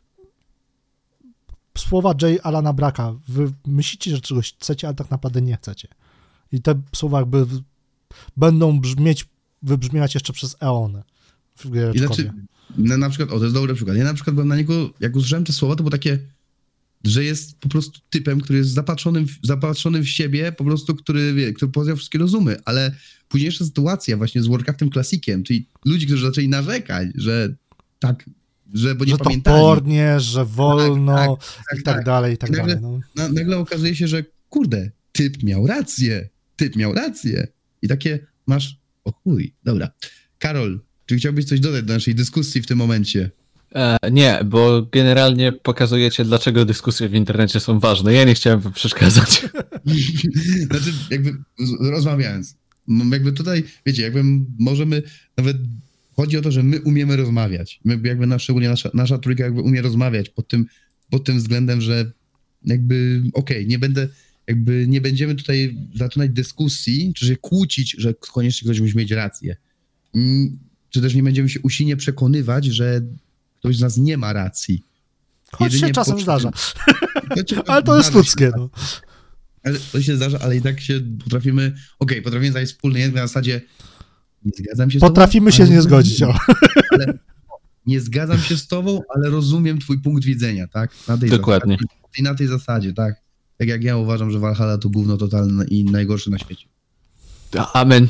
słowa J. Alana Bracka, wy myślicie, że czegoś chcecie, ale tak naprawdę nie chcecie. I te słowa jakby w, będą brzmieć, wybrzmiewać jeszcze przez eony w giereczkowie. I znaczy, na, na przykład, o to jest dobry przykład. Ja na przykład byłem na niego, jak usłyszałem te słowa, to było takie, że jest po prostu typem, który jest zapatrzonym, w- zapatrzonym w siebie, po prostu, który, wie, który poznał wszystkie rozumy, ale późniejsza sytuacja właśnie z Warcraftem Classiciem, czyli ludzi, którzy zaczęli narzekać, że tak, że bo nie Że pamiętali. topornie, że wolno tak, i tak dalej, i tak I nagle- dalej. No. Na, nagle okazuje się, że kurde, typ miał rację, typ miał rację. I takie masz, o chuj, dobra. Karol, czy chciałbyś coś dodać do naszej dyskusji w tym momencie? E, nie, bo generalnie pokazujecie, dlaczego dyskusje w internecie są ważne. Ja nie chciałem wam przeszkadzać. Znaczy, jakby z- rozmawiając, m- jakby tutaj, wiecie, jakby możemy nawet, chodzi o to, że my umiemy rozmawiać. My jakby na, szczególnie nasza, nasza trójka jakby umie rozmawiać pod tym, pod tym względem, że jakby, okej, nie będę, jakby nie będziemy tutaj zaczynać dyskusji, czy się kłócić, że koniecznie ktoś musi mieć rację. Mm, Czy też nie będziemy się usilnie przekonywać, że ktoś z nas nie ma racji. Choć się Jedynie czasem po- zdarza. Znaczy, Ale to jest zdarza się, ludzkie. No. ale to się zdarza, ale i tak się potrafimy, okej, potrafimy znaleźć wspólny język na zasadzie nie zgadzam się z Potrafimy tobą, się ale nie rozumiem- zgodzić. O. Ale nie zgadzam się z tobą, ale rozumiem twój punkt widzenia, tak? Na tej Dokładnie. Zasadzie. I na tej zasadzie, tak? Tak jak ja uważam, że Valhalla to gówno totalne i najgorsze na świecie. Amen.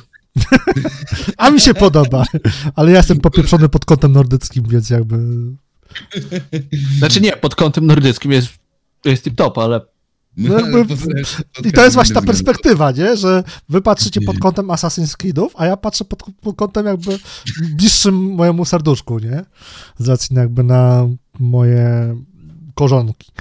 A mi się podoba, ale ja jestem popieprzony pod kątem nordyckim, więc jakby... Znaczy nie, pod kątem nordyckim jest, jest tip-top, ale No ale jakby- pod- pod I to jest właśnie ta każdym względem. perspektywa, nie? Że wy patrzycie pod kątem Assassin's Creedów, a ja patrzę pod, pod kątem jakby bliższym mojemu serduszku, nie? Z racji jakby na moje korzonki.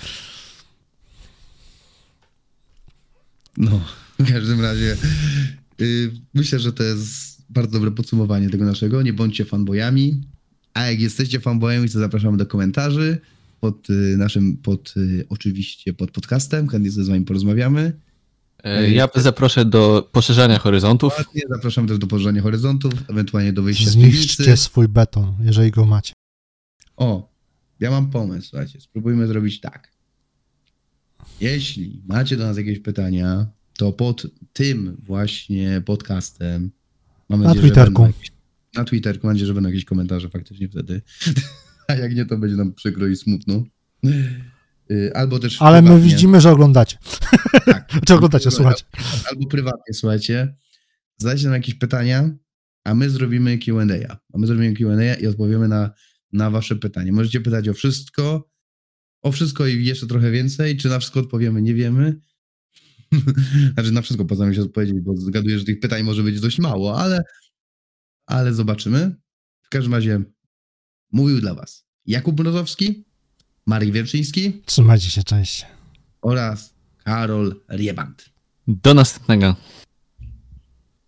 No, w każdym razie yy, myślę, że to jest bardzo dobre podsumowanie tego naszego. Nie bądźcie fanboyami, a jak jesteście fanboyami, to zapraszamy do komentarzy pod y, naszym, pod y, oczywiście pod podcastem, chętnie sobie z wami porozmawiamy. e, ja zaproszę do poszerzania horyzontów. Ładnie, zapraszamy też do poszerzania horyzontów, ewentualnie do wyjścia z Zniszczcie piwnicy. swój beton, jeżeli go macie. O, ja mam pomysł, słuchajcie, spróbujmy zrobić tak. Jeśli macie do nas jakieś pytania, to pod tym właśnie podcastem mam Na nadzieję, że Twitterku. będą jakieś, na Twitterku, mam nadzieję, że będą jakieś komentarze faktycznie wtedy. A jak nie, to będzie nam przykro i smutno. Y, Albo też Ale my prywatnie. widzimy, że oglądacie. Tak. Czy oglądacie, słuchajcie. Albo prywatnie, słuchajcie. Zadajcie nam jakieś pytania, a my zrobimy Q and A. A my zrobimy Q and A i odpowiemy na, na wasze pytanie. Możecie pytać o wszystko, o wszystko i jeszcze trochę więcej. Czy na wszystko odpowiemy? Nie wiemy. Znaczy na wszystko pozwolę się odpowiedzieć, bo zgaduję, że tych pytań może być dość mało, ale, ale zobaczymy. W każdym razie mówił dla was Jakub Brozowski, Marek Wierczyński Trzymajcie się, cześć. oraz Karol Rieband. Do następnego.